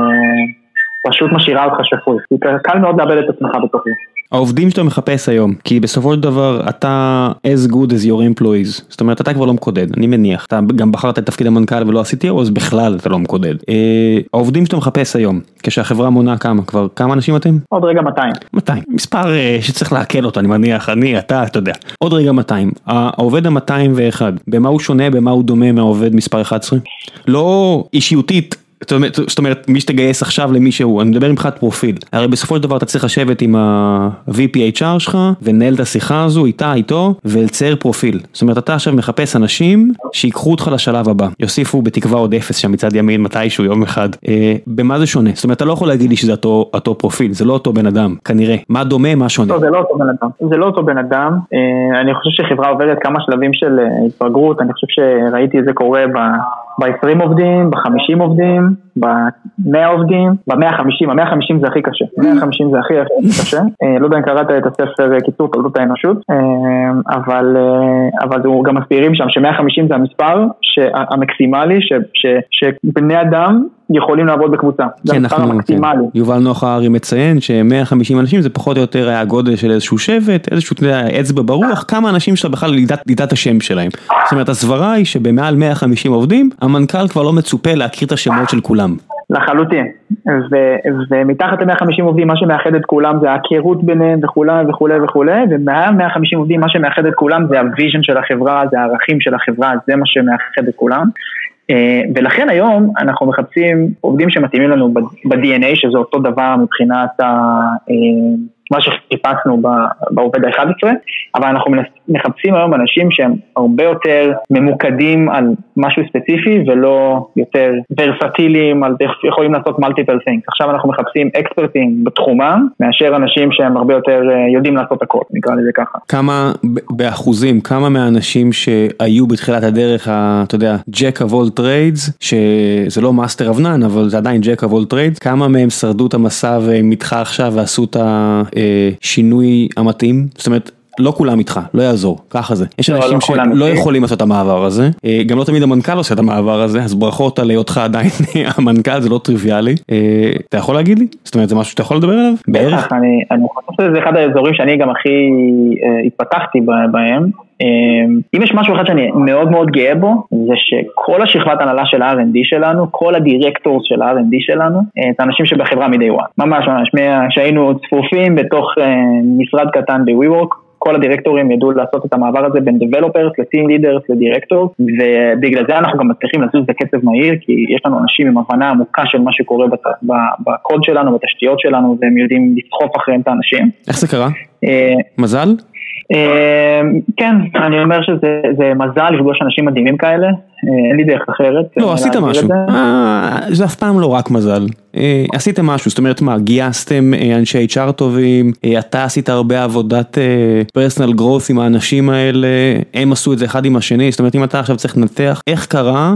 שפשוט משאירה אותך שפוי. קל מאוד לאבד את עצמך בתוך זה. העובדים שאתה מחפש היום, כי בסופו של דבר אתה as good as your employees, זאת אומרת אתה כבר לא מקודד, אני מניח, אתה גם בחרת את תפקיד המנכ"ל ולא עשיתי, אז בכלל אתה לא מקודד. העובדים שאתה מחפש היום, כשהחברה מונה כמה, כבר כמה אנשים אתם? עוד רגע מאתיים. מאתיים, מספר שצריך להקל אותו, אני מניח, אני, אתה, אתה יודע. עוד רגע מאתיים, העובד ה-מאתיים ואחד, במה הוא שונה, במה הוא דומה מהעובד מספר אחת עשרה? לא אישיותית, זאת אומרת, מי שתגייס עכשיו למי שהוא, אני מדבר עם מבחינת פרופיל, הרי בסופו של דבר אתה צריך לשבת עם ה-וי פי אייץ' אר שלך, ונהל את השיחה הזו איתה, איתו, ולצייר פרופיל. זאת אומרת, אתה עכשיו מחפש אנשים שיקחו אותך לשלב הבא, יוסיפו בתקווה עוד אפס שם מצד ימין, מתישהו יום אחד. אה, במה זה שונה? זאת אומרת, אתה לא יכול להגיד לי שזה אותו, אותו פרופיל, זה לא אותו בן אדם, כנראה. מה דומה, מה שונה? לא, זה לא אותו בן אדם. זה לא אותו בן אדם. אה, אני חושב שחברה עוברת כמה שלבים של התבגרות, אני חושב שראיתי את זה קורה ב-עשרים עובדים, ב-חמישים עובדים, ב-מאה עובדים, ב-מאה וחמישים, ה-מאה וחמישים זה הכי קשה, ה-מאה וחמישים זה הכי הכי קשה, לא יודע אם קראת את הספר קיצור תולדות האנושות, אבל, אבל הוא גם מסבירים שם ש-מאה וחמישים זה המספר המקסימלי שבני אדם יכולים לעבוד בקבוצה, זה המספר המקסימלי. יובל נוח הארי מציין ש-מאה וחמישים אנשים זה פחות או יותר היה הגודל של איזשהו שבט, איזשהו אצבע ברוח, כמה אנשים שאתה בכלל לידת את השם שלהם. זאת אומרת, הסברה היא שבמעל מאה וחמישים עובדים, המנכ"ל כבר לא מצופה להכיר את השמות של כולם. לחלוטין, ומתחת ל-מאה וחמישים עובדים מה שמאחד את כולם זה ההכירות ביניהם וכולי וכולי וכולי, ומעל מאה וחמישים עובדים מה שמאחד את כולם זה הוויז'ן של החברה, זה הערכים של החברה, זה מה שמאחד את כולם. ולכן היום אנחנו מחפשים עובדים שמתאימים לנו ב-די אן איי, שזה אותו דבר מבחינת מה שחיפשנו בעובד ה-אחד עשר, אבל אנחנו מחפשים היום אנשים שהם הרבה יותר ממוקדים על משהו ספציפי, ולא יותר ורסטיליים, על יכולים לעשות multiple things. עכשיו אנחנו מחפשים אקספרטים בתחומם, מאשר אנשים שהם הרבה יותר יודעים לעשות הכל, נקרא לזה ככה. כמה באחוזים, כמה מהאנשים שהיו בתחילת הדרך, אתה יודע, Jack of all trades, שזה לא מאסטר אבנן, אבל זה עדיין Jack of all trades, כמה מהם שרדו את המסע והם איתך עכשיו ועשו את השינוי המתאים? זאת אומרת, לא כולם איתך, לא יעזור, ככה זה. יש אנשים שלא יכולים לעשות את המעבר הזה, גם לא תמיד המנכ"ל עושה את המעבר הזה, אז ברכות על היותך עדיין המנכ"ל, זה לא טריוויאלי. אתה יכול להגיד לי? זאת אומרת, זה משהו שאתה יכול לדבר עליו? בערך? אני חושב שזה אחד האזורים שאני גם הכי התפתחתי בהם. אם יש משהו אחד שאני מאוד מאוד גאה בו, זה שכל השכבת הנהלה של ה-אר אנד די שלנו, כל הדירקטורס של ה-אר אנד די שלנו, זה אנשים שבחברה מ-day one. ממש ממש, שהיינו צפופים בתוך משרד קטן ב-WeWork, כל הדירקטורים ידעו לעשות את המעבר הזה בין developers ל-team leaders לדירקטור, ובגלל זה אנחנו גם מצליחים לזוז בקצב מהיר, כי יש לנו אנשים עם הבנה עמוקה של מה שקורה בקוד שלנו, בתשתיות שלנו, והם יודעים לסחוף אחריהם את האנשים. איך זה קרה? מזל? כן, אני אומר שזה מזל לפגוש אנשים מדהימים כאלה, אין לי דרך אחרת. לא, עשית משהו, זה אף פעם לא רק מזל, עשיתם משהו, זאת אומרת מה, גייסתם אנשי אייץ' אר טובים, אתה עשית הרבה עבודת פרסונל גרוס עם האנשים האלה, הם עשו את זה אחד עם השני, זאת אומרת אם אתה עכשיו צריך לנתח, איך קרה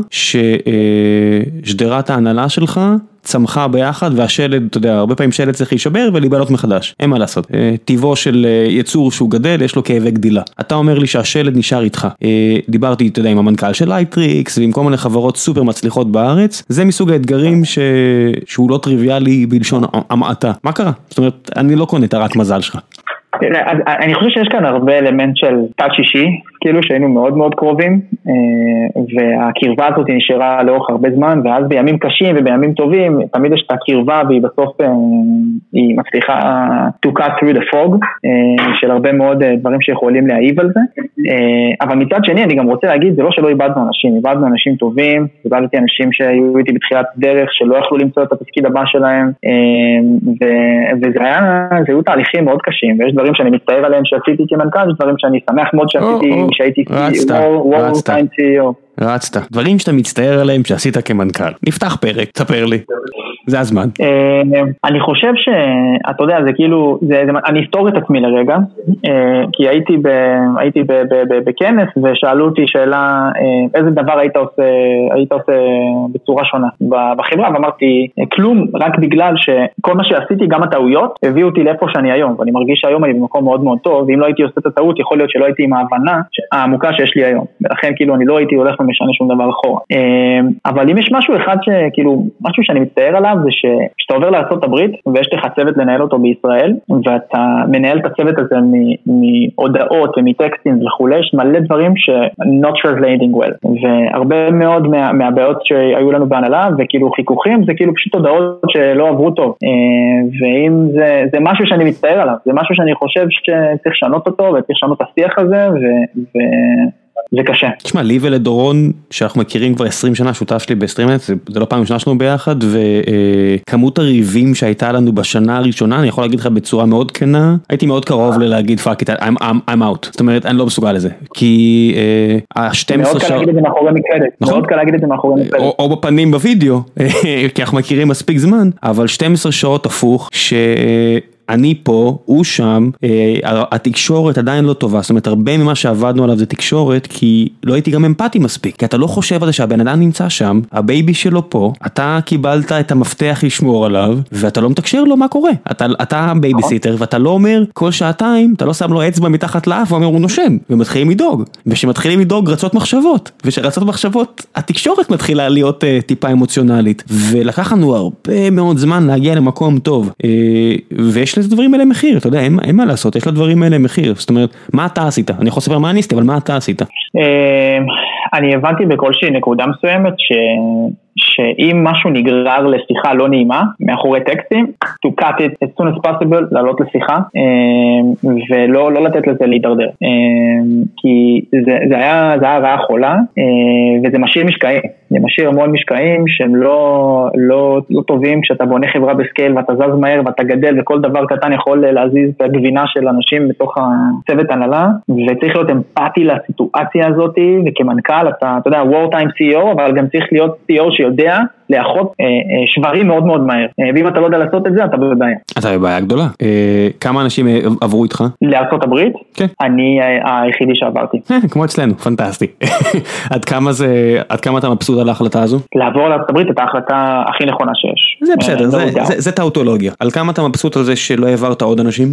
ששדרת ההנהלה שלך צמחה ביחד, והשלד, אתה יודע, הרבה פעמים שלד צריך להישבר ולהיבלות מחדש, אין מה לעשות. טבעו של יצור שהוא גדל, יש לו כאבי גדילה. אתה אומר לי שהשלד נשאר איתך. דיברתי, אתה יודע, עם המנכ"ל של לייטריקס, ועם כל מיני חברות סופר מצליחות בארץ, זה מסוג האתגרים ש... שהוא לא טריוויאלי בלשון המעטה. מה קרה? זאת אומרת, אני לא קונה את הרק מזל שלך. אני חושב שיש כאן הרבה אלמנט של טאץ' אישי, כאילו שהיינו מאוד מאוד קרובים, והקרבה הזאת נשארה לאורך הרבה זמן, ואז בימים קשים ובימים טובים, תמיד יש את הקרבה, והיא בסוף, היא מצליחה to cut through the fog, של הרבה מאוד דברים שיכולים להעיב על זה, אבל מצד שני אני גם רוצה להגיד, זה לא שלא איבדנו אנשים, איבדנו אנשים טובים, איבדתי אנשים שהיו איתי בתחילת דרך, שלא יכלו למצוא את התפקיד הבא שלהם, וזה היה, זה היו תהליכים מאוד קשים, ויש דברים שאני מצטער עליהם שעשיתי כמנכ"ל, יש דברים שאני שמח מאוד שעשיתי, שהייתי סי אי או. רצת, דברים שאתה מצטער עליהם שעשית כמנכ"ל. נפתח פרק, תספר לי. זה הזמן. אני חושב שאתה יודע, זה כאילו, אני אסתור את עצמי לרגע, כי הייתי בכנס ושאלו אותי שאלה, איזה דבר היית עושה, היית עושה בצורה שונה בחברה, ואמרתי, כלום, רק בגלל שכל מה שעשיתי, גם הטעויות, הביאו אותי לאיפה שאני היום, ואני מרגיש שהיום אני במקום מאוד מאוד טוב, ואם לא הייתי עושה את הטעות, יכול להיות שלא הייתי עם ההבנה העמוקה שיש לי היום, ולכן כאילו אני לא הייתי הולך ומשנה שום דבר אחורה. אבל אם יש משהו אחד שכאילו, משהו שאני מצטער עליו, זה שכשאתה עובר לארצות הברית, ויש לך צוות לנהל אותו בישראל, ואתה מנהל את הצוות הזה מהודעות ומטקסטים וכולי, יש מלא דברים ש- not translating well, והרבה מאוד מה, מהבעיות שהיו לנו בהנהלה, וכאילו חיכוכים, זה כאילו פשוט הודעות שלא עברו טוב, ואם זה, זה משהו שאני מצטער עליו, זה משהו שאני חושב שצריך לשנות אותו, וצריך לשנות את השיח הזה, ו... ו... זה קשה. תשמע, לי ולדורון, שאנחנו מכירים כבר עשרים שנה, שותף שלי בסטרימנט, זה, זה לא פעם ראשונה שלנו ביחד, וכמות הריבים שהייתה לנו בשנה הראשונה, אני יכול להגיד לך בצורה מאוד כנה, הייתי מאוד קרוב ללהגיד, fuck it, I'm, I'm, I'm out. זאת אומרת, אני לא מסוגל לזה. כי ה-שתים עשרה שעות... מאוד קל להגיד את זה מאחורי מקלדת. מאוד קל להגיד את זה מאחורי מקלדת. או, או בפנים בווידאו, כי אנחנו מכירים מספיק זמן, אבל שתים עשרה שעות הפוך, ש... אני פה, הוא שם, התקשורת עדיין לא טובה, זאת אומרת, הרבה ממה שעבדנו עליו זה תקשורת, כי לא הייתי גם אמפתי מספיק, כי אתה לא חושב על זה שהבן אדם נמצא שם, הבייבי שלו פה, אתה קיבלת את המפתח לשמור עליו, ואתה לא מתקשר לו מה קורה, אתה, אתה בייביסיטר, ואתה לא אומר כל שעתיים, אתה לא שם לו אצבע מתחת לאף, ואומר הוא נושם, ומתחילים לדאוג, ושמתחילים לדאוג רצות מחשבות, ושרצות מחשבות, התקשורת מתחילה להיות uh, טיפה אמוציונלית, ולקח לנו הרבה מאוד זמן להגיע למקום טוב, uh, ויש לזה דברים האלה מחיר, אתה יודע, אין, אין מה לעשות, יש לדברים האלה מחיר, זאת אומרת, מה אתה עשית? אני יכול לספר מה אני עשיתי, אבל מה אתה עשית? אני הבנתי בכלשהי נקודה מסוימת ש... שאם משהו נגרר לשיחה לא נעימה, מאחורי טקסטים, to cut it as soon as possible, לעלות לשיחה, ולא לא לתת לזה להידרדר. כי זה, זה היה, זה היה רעה חולה, וזה משאיר משקעים. זה משאיר המון משקעים שהם לא, לא, לא טובים כשאתה בונה חברה בסקייל, ואתה זז מהר ואתה גדל, וכל דבר קטן יכול להזיז את הגבינה של אנשים בתוך הצוות הנהלה, וצריך להיות אמפתי לסיטואציה הזאת, וכמנכ"ל אתה, אתה יודע, wartime סי אי או, אבל גם צריך להיות סי אי או שיודע לאחות שברים מאוד מאוד מהר. ואם אתה לא יודע לעשות את זה, אתה בבעיה. אתה בבעיה גדולה. כמה אנשים עברו איתך? לארצות הברית? כן. אני היחידי שעברתי. כמו אצלנו, פנטסטי. עד כמה זה, עד כמה אתה מבסוט על ההחלטה הזו? לעבור לארצות הברית את ההחלטה הכי נכונה שיש. זה בסדר, זה טאוטולוגיה. על כמה אתה מבסוט על זה שלא העברת עוד אנשים?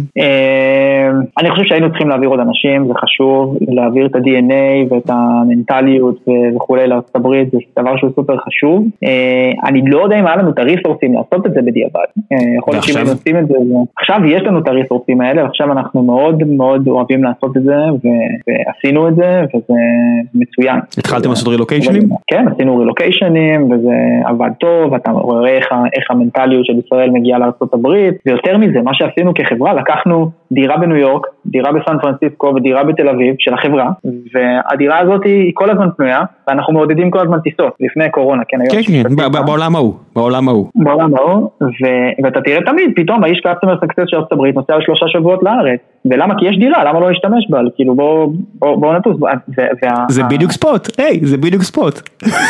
אני חושב שהיינו צריכים להעביר עוד אנשים, זה חשוב, להעביר את ה-די אן איי ואת המנטליות וכולי לארצות הברית, זה דבר שהוא סופר חשוב. אני לא יודע אם היה לנו את הריסורסים לעשות את זה בדיעבד. יכול להיות שאם עושים את זה, עכשיו יש לנו את הריסורסים האלה, ועכשיו אנחנו מאוד מאוד אוהבים לעשות את זה, ועשינו את זה, וזה מצוין. התחלתם לעשות רילוקיישנים? כן, עשינו רילוקיישנים, וזה עבד טוב, אתה רואה איך המנטליות של ישראל מגיעה לארצות הברית, ויותר מזה, מה שעשינו כחברה, לקחנו דירה בניו יורק, דירה בסן פרנסיסקו ודירה בתל אביב של החברה, והדירה הזאת היא כל הזמן פנויה, ואנחנו מעודדים כל הזמן טיסות, לפני קורונה, כן, כן, כן, בעולם ההוא, בעולם ההוא. בעולם ההוא, ואתה תראה תמיד, פתאום האיש קאסטומר סקסס של ארצות הברית נוסע שלושה שבועות לארץ, ולמה? כי יש דירה, למה לא להשתמש בה? כאילו בואו נטוס. זה בדיוק ספוט, היי, זה בדיוק ספוט.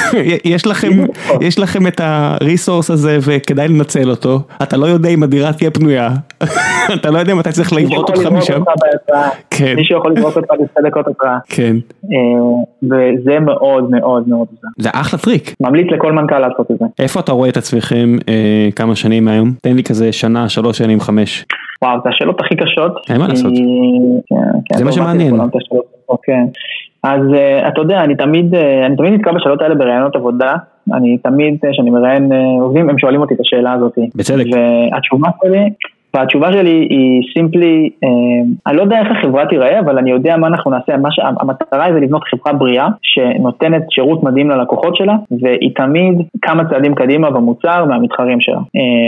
יש לכם את הריסורס הזה וכדאי לנצל אותו, אתה לא יודע אם הדירה תהיה פנויה, אתה לא יודע אם אתה צריך לבעוט אותך משם. מישהו יכול לבעוט אותך לסדק אותך. כן. וזה מאוד מאוד מאוד. זה אחלה טריק. ממליץ לכל מנכ"ל לעשות את זה. איפה אתה רואה את עצמכם כמה שנים מהיום? תן לי כזה שנה, שלוש שנים, חמש. וואו, זה השאלות הכי קשות. אין מה לעשות. זה מה שמעניין. אוקיי. אז אתה יודע, אני תמיד, אני תמיד נתקע בשאלות האלה ברעיונות עבודה. אני תמיד, כשאני מראיין עובדים, הם שואלים אותי את השאלה הזאת. בצדק. והתשובה שלי, והתשובה שלי היא סימפלי, אני לא יודע איך החברה תיראה, אבל אני יודע מה אנחנו נעשה. המטרה היא זה לבנות חברה בריאה, שנותנת שירות מדהים ללקוחות שלה, והיא תמיד כמה צעדים קדימה במוצר מהמתחרים שלה.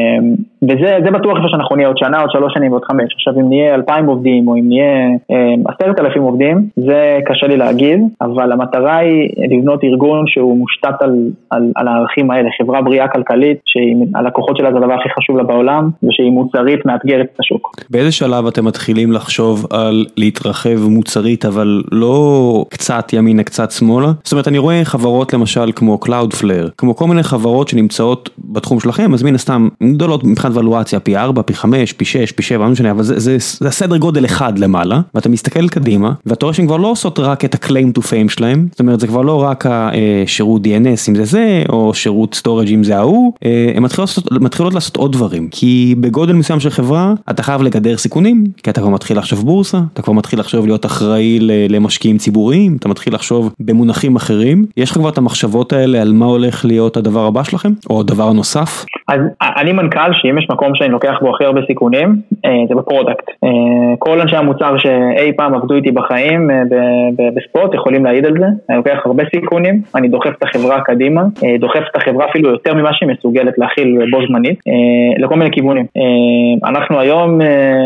וזה זה בטוח איפה שאנחנו נהיה עוד שנה, עוד שלוש שנים ועוד חמש. עכשיו אם נהיה אלפיים עובדים, או אם נהיה עשרת אלפים עובדים, זה קשה לי להגיד, אבל המטרה היא לבנות ארגון שהוא מושתת על, על, על הערכים האלה, חברה בריאה כלכלית, שהלקוחות שלה זה הדבר הכי חשוב לה בעולם, ושהיא מוצרית מאתגרת את השוק. באיזה שלב אתם מתחילים לחשוב על להתרחב מוצרית, אבל לא קצת ימינה, קצת שמאלה? זאת אומרת, אני רואה חברות למשל כמו Cloudflare, כמו כל מיני חברות שנמצאות בתחום שלכם, אז מן הסתם גדולות מבחינת ולואציה, פי ארבע, פי חמש, פי שש, פי שבע, לא משנה, אבל זה, זה, זה הסדר גודל אחד למעלה, ואתה מסתכל קדימה, ואתה רואה שהן כבר לא עושות רק את ה-claim to fame שלהם, זאת אומרת, זה כבר לא רק השירות די אן אס אם זה זה, או שירות storage אם זה ההוא, הן מתחילות, מתחילות לעשות עוד דברים, כי בגודל מסוים של חברה, אתה חייב לגדר סיכונים, כי אתה כבר מתחיל לחשוב בורסה, אתה כבר מתחיל לחשוב להיות אחראי למשקיעים ציבוריים, אתה מתחיל לחשוב במונחים אחרים, יש לך כבר את המחשבות האלה על מה הולך להיות הדבר הבא שלכם, או הדבר הנוסף? אז אני מנכ"ל שאם יש מקום שאני לוקח בו הכי הרבה סיכונים, זה בפרודקט. כל אנשי המוצר שאי פעם עבדו איתי בחיים בספורט יכולים להעיד על זה, אני לוקח הרבה סיכונים, אני דוחף את החברה קדימה, דוחף את החברה אפילו יותר ממה שהיא מסוגלת להכיל בו זמנית, לכל מיני כיוונים. אנחנו היום,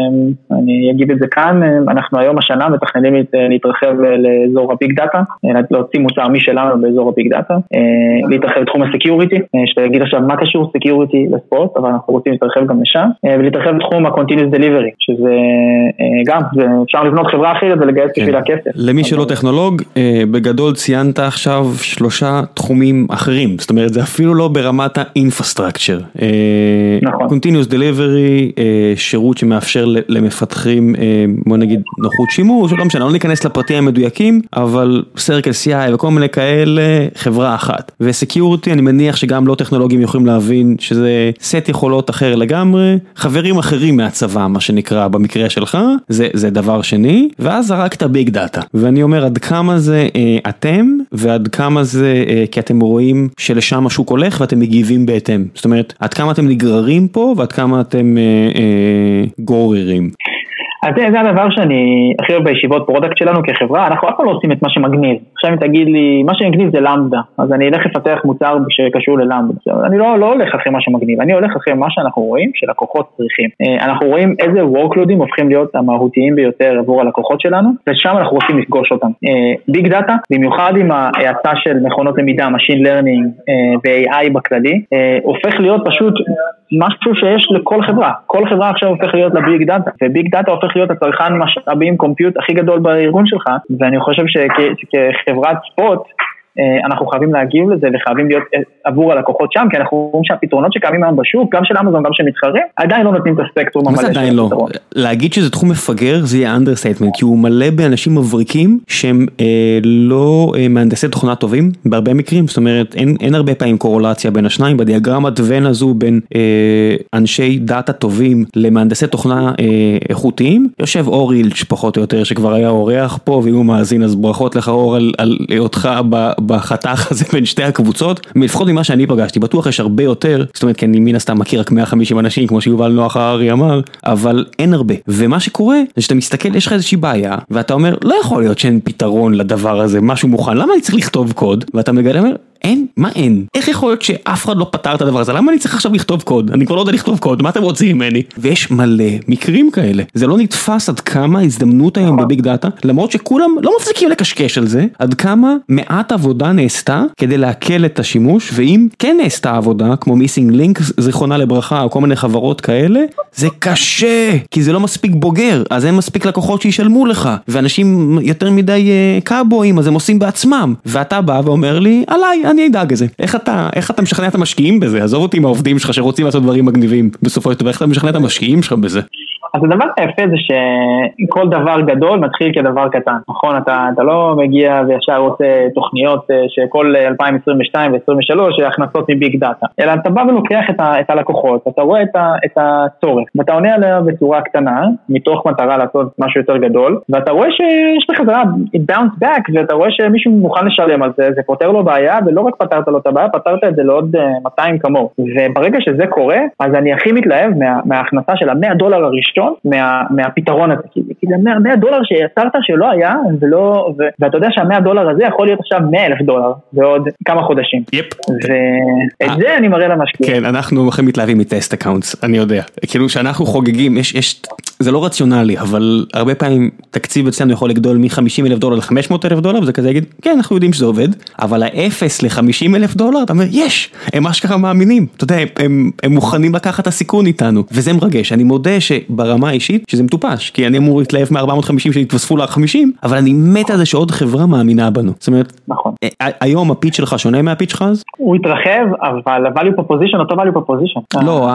אני אגיד את זה כאן, אנחנו היום השנה מתכננים להתרחב לאזור הביג דאטה, להוציא מוצר משלנו באזור הביג דאטה, להתרחב בתחום הסקיוריטי, שתגיד עכשיו מה קשור סקיוריטי לספורט, אבל אנחנו רוצים להתרחב גם לשם, ולהתרחב בתחום ה-Continuous Delivery, שזה גם, אפשר לבנות חברה אחרת ולגייס בשביל הכסף. למי שלא טכנולוג, בגדול ציינת עכשיו שלושה תחומים אחרים, זאת אומרת, זה אפילו לא ברמת ה-infrastructure. נכון. Continuous Delivery, שירות שמאפשר למפתחים, בוא נגיד, נוחות שימוש, לא משנה, לא ניכנס לפרטים המדויקים, אבל Circle סי איי וכל מיני כאלה, חברה אחת. ו-Security, אני מניח שגם לא טכנולוגים יכולים להבין שזה סט יכולות אחר לגמרי, חברים אחרים מהצבא, מה שנקרא במקרה שלך, זה, זה דבר שני, ואז זרקת ביג דאטה. ואני אומר, עד כמה זה אה, אתם, ועד כמה זה, אה, כי אתם רואים שלשם השוק הולך, ואתם מגיבים בהתאם. זאת אומרת, עד כמה אתם נגררים פה, ועד כמה אתם אה, אה, גוררים. אז זה, זה הדבר שאני הכי אוהב בישיבות פרודקט שלנו כחברה, אנחנו אף פעם לא עושים את מה שמגניב. עכשיו אם תגיד לי, מה שמגניב זה למדה, אז אני אלך לפתח מוצר שקשור ללמדה. אני לא, לא הולך אחרי מה שמגניב, אני הולך אחרי מה שאנחנו רואים שלקוחות צריכים. אנחנו רואים איזה workloadים הופכים להיות המהותיים ביותר עבור הלקוחות שלנו, ושם אנחנו רוצים לפגוש אותם. ביג דאטה, במיוחד עם ההאצה של מכונות למידה, machine learning ו-איי איי בכללי, הופך להיות פשוט משהו שיש לכל חברה. כל חברה עכשיו הופך להיות לביג דאטה, וביג דאטה הופך להיות הצרכן משאבים קומפיוט הכי גדול בארגון שלך, ואני חושב שכחברת ספורט, אנחנו חייבים להגיב לזה וחייבים להיות עבור הלקוחות שם, כי אנחנו רואים שהפתרונות שקיימים היום בשוק, גם של אמזון, גם של מתחרים, עדיין לא נותנים את הספקטרום המלא. מה זה עדיין לא? להגיד שזה תחום מפגר, זה יהיה understatement, כי הוא מלא באנשים מבריקים, שהם אה, לא אה, מהנדסי תוכנה טובים, בהרבה מקרים, זאת אומרת, אין, אין הרבה פעמים קורולציה בין השניים, בדיאגרמת ון הזו בין אה, אנשי דאטה טובים למהנדסי תוכנה אה, איכותיים, יושב אור אילץ' פחות או יותר, שכבר היה אורח פה, ואם הוא מאזין, אז ברכות לך אור על, על אותך ב בחתך הזה בין שתי הקבוצות, לפחות ממה שאני פגשתי, בטוח יש הרבה יותר, זאת אומרת, כי אני מן הסתם מכיר רק מאה וחמישים אנשים, כמו שיובל נוח הארי אמר, אבל אין הרבה. ומה שקורה, זה שאתה מסתכל, יש לך איזושהי בעיה, ואתה אומר, לא יכול להיות שאין פתרון לדבר הזה, משהו מוכן, למה אני צריך לכתוב קוד? ואתה מגלה, אומר, אין? מה אין? איך יכול להיות שאף אחד לא פתר את הדבר הזה? למה אני צריך עכשיו לכתוב קוד? אני כבר לא יודע לכתוב קוד, מה אתם רוצים ממני? ויש מלא מקרים כאלה. זה לא נתפס עד כמה הזדמנות היום בביג דאטה, למרות שכולם לא מפסיקים לקשקש על זה, עד כמה מעט עבודה נעשתה כדי להקל את השימוש, ואם כן נעשתה עבודה, כמו מיסינג לינק, זיכרונה לברכה, או כל מיני חברות כאלה, זה קשה, כי זה לא מספיק בוגר, אז אין מספיק לקוחות שישלמו לך, ואנשים יותר מדי קאבויים, אז הם עושים בעצמם, ואתה בא ואומר לי, עליי, אני אדאג את זה. איך אתה, איך אתה משכנע את המשקיעים בזה? עזוב אותי עם העובדים שלך שרוצים לעשות דברים מגניבים, בסופו של דבר, איך אתה משכנע את המשקיעים שלך בזה? אז הדבר היפה זה שכל דבר גדול מתחיל כדבר קטן, נכון? אתה, אתה לא מגיע וישר רוצה תוכניות שכל אלפיים עשרים ושתיים ו-עשרים ושלוש הכנסות מביג דאטה, אלא אתה בא ולוקח את, ה, את הלקוחות, אתה רואה את, ה, את הצורך, ואתה עונה עליה בצורה קטנה, מתוך מטרה לעשות משהו יותר גדול, ואתה רואה שיש לך חזרה, it bounce back, ואתה רואה שמישהו מוכן לשלם על זה, זה פותר לו בעיה, ולא רק פתרת לו את הבעיה, פתרת את זה לעוד מאתיים כמוהו, וברגע שזה קורה, אז אני הכי מתלהב מה, מההכנסה של ה-מאה דולר הראשון, מה, מהפתרון הזה, כי זה מאה דולר שיצרת שלא היה, ולא, ו, ואתה יודע שה-מאה דולר הזה יכול להיות עכשיו מאה אלף דולר, ועוד כמה חודשים. יפ. ואת זה אני מראה למשקיעים. כן, אנחנו הכי מתלהבים מטסט אקאונטס, אני יודע. כאילו שאנחנו חוגגים, יש, יש, זה לא רציונלי, אבל הרבה פעמים תקציב אצלנו יכול לגדול מ-חמישים אלף דולר ל-חמש מאות אלף דולר, וזה כזה יגיד, כן, אנחנו יודעים שזה עובד, אבל ה-אפס ל-חמישים אלף דולר, אתה אומר, יש, הם אשכרה מאמינים, אתה יודע, הם, הם מוכנים לקחת את הסיכון איתנו, וזה מרגש. אני מודה שברמה האישית, שזה מטופש, כי אני אמור להתלהב מ-ארבע מאות וחמישים שהתווספו ל-חמישים, אבל אני מת על זה שעוד חברה מאמינה בנו. זאת אומרת, נכון. היום הפיץ' שלך שונה מהפיץ' שלך אז? הוא התרחב, אבל ה-value proposition, אותו value proposition. לא,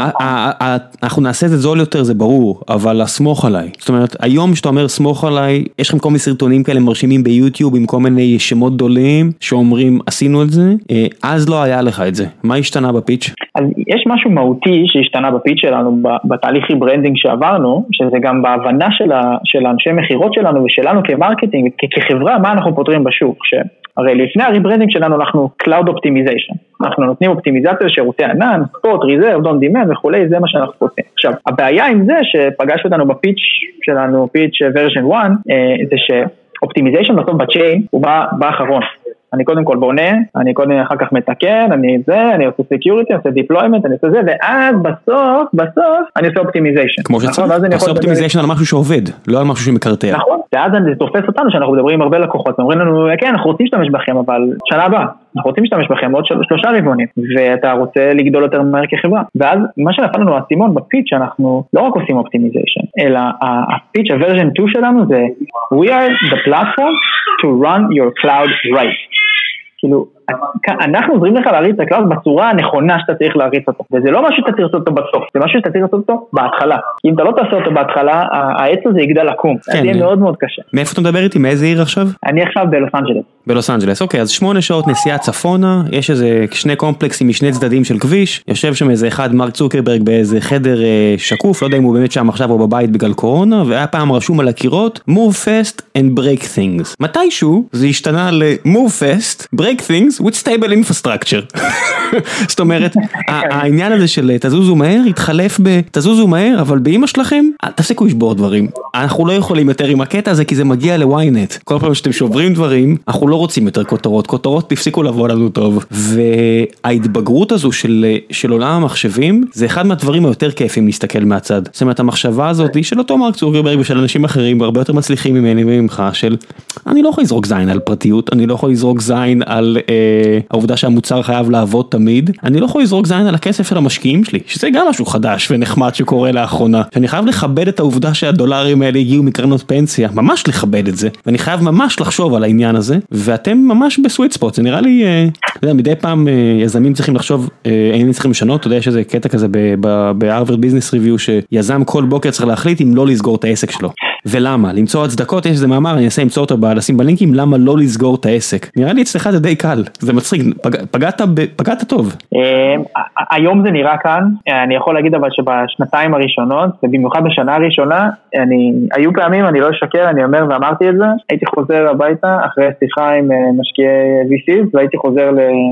אנחנו נעשה את זה זול יותר, זה ברור, אבל הסמוך עליי. זאת אומרת, היום שאתה אומר סמוך עליי, יש לכם כל מיני סרטונים כאלה מרשימים ביוטיוב, עם כל מיני שמות גדולים, שאומרים, עשינו את זה, אז לא היה לך את זה. מה השתנה בפיץ'? אז יש משהו מהותי שהשתנה בפיץ' שלנו, בתהליך ריברנדינג שעברנו, שזה גם בהבנה של האנשי מחירות שלנו, ושלנו כמרקטינג, כחברה, מה אנחנו פותרים בשוק, הרי לפני הריברנדינג שלנו אנחנו Cloud Optimization, אנחנו נותנים אופטימיזציה לשירותי ענן, ספוט, ריזרב, דון דימנד וכולי, זה מה שאנחנו רוצים. עכשיו, הבעיה עם זה שפגש אותנו בפיץ' שלנו, פיץ' version אחת, זה שאופטימיזיישן בסוף בצ'יין הוא בא, בא אחרון. אני קודם כל בונה, אני קודם אחר כך מתקן, אני זה, אני עושה security, אני עושה deployment, אני עושה זה, ואז בסוף, בסוף, אני עושה optimization. כמו שצריך, אתה עושה optimization על משהו שעובד, לא על משהו שמקרטע. נכון, ואז זה תופס אותנו שאנחנו מדברים עם הרבה לקוחות, אומרים לנו, כן, אנחנו רוצים להשתמש בכם, אבל שנה הבאה, אנחנו רוצים להשתמש בכם עוד שלושה רבעונים, ואתה רוצה לגדול יותר מהר כחברה. ואז מה שנפל לנו הסימון בפיץ' שאנחנו לא רק עושים optimization, אלא הפיץ' ה-version שתיים שלנו זה, we are the platform to run your cloud right. כאילו, אנחנו עוזרים לך להריץ את הקלאוד בצורה הנכונה שאתה צריך להריץ אותו, וזה לא משהו שאתה צריך לעשות אותו בסוף, זה משהו שאתה צריך לעשות אותו בהתחלה. אם אתה לא תעשה אותו בהתחלה, העץ הזה יגדל לקום, זה יהיה מאוד מאוד קשה. מאיפה אתה מדבר איתי? מאיזה עיר עכשיו? אני עכשיו בלוס אנג'לס. בלוס אנג'לס, אוקיי, אז שמונה שעות נסיעה צפונה, יש איזה שני קומפלקסים משני צדדים של כביש, יושב שם איזה אחד מרק צוקרברג באיזה חדר שקוף, לא יודע אם הוא באמת שם עכשיו או בבית בגלל קורונה, והיה פעם רשום על הקירות, move fast and break things. מתישהו זה השתנה ל-move fast, break things with stable infrastructure. זאת אומרת, העניין הזה של תזוזו מהר, התחלף בתזוזו מהר, אבל באמא שלכם, תפסיקו לשבור דברים. אנחנו לא יכולים יותר עם הקטע הזה, כי זה מגיע לוויינט. כל פעם שאתם שוברים דברים, אנחנו לא רוצים יותר כותרות. כותרות תפסיקו לבוא לנו טוב. וההתבגרות הזו של, של עולם המחשבים, זה אחד מהדברים היותר כיפים להסתכל מהצד. זאת אומרת, המחשבה הזאת היא של אותו מרק צוקרברג ושל אנשים אחרים, הרבה יותר מצליחים ממני וממך, של אני לא יכול לזרוק זין על פרטיות, אני לא יכול לזרוק זין על אה, העובדה שהמוצר חייב לעבוד תמיד, אני לא יכול לזרוק זין על הכסף של המשקיעים שלי, שזה גם משהו חדש ונחמד שקורה לאחרונה, שאני חייב לכבד את העובדה שהדולרים האלה הגיעו מקרנות פנסיה, ממש לכבד את זה, ואני חייב ממש לחשוב על העניין הזה, ואתם ממש בסוויט ספוט, זה נראה לי, אה, אתה יודע, מדי פעם אה, יזמים צריכים לחשוב, אה, הם צריכים לשנות, אתה יודע שזה קטע כזה בהרווארד ביזנס ריוויו, שיזם כל בוקר צריך להחליט אם לא לסגור את העסק שלו. ולמה? למצוא הצדקות, יש איזה מאמר, אני אנסה למצוא אותו, לשים בלינקים, למה לא לסגור את העסק. נראה לי אצלך זה די קל, זה מצחיק, פגעת, פגעת טוב. היום זה נראה כאן, אני יכול להגיד אבל שבשנתיים הראשונות, ובמיוחד בשנה הראשונה, אני, היו פעמים, אני לא אשקר, אני אומר ואמרתי את זה, הייתי חוזר הביתה אחרי שיחה עם משקיעי וי סי'ז, והייתי חוזר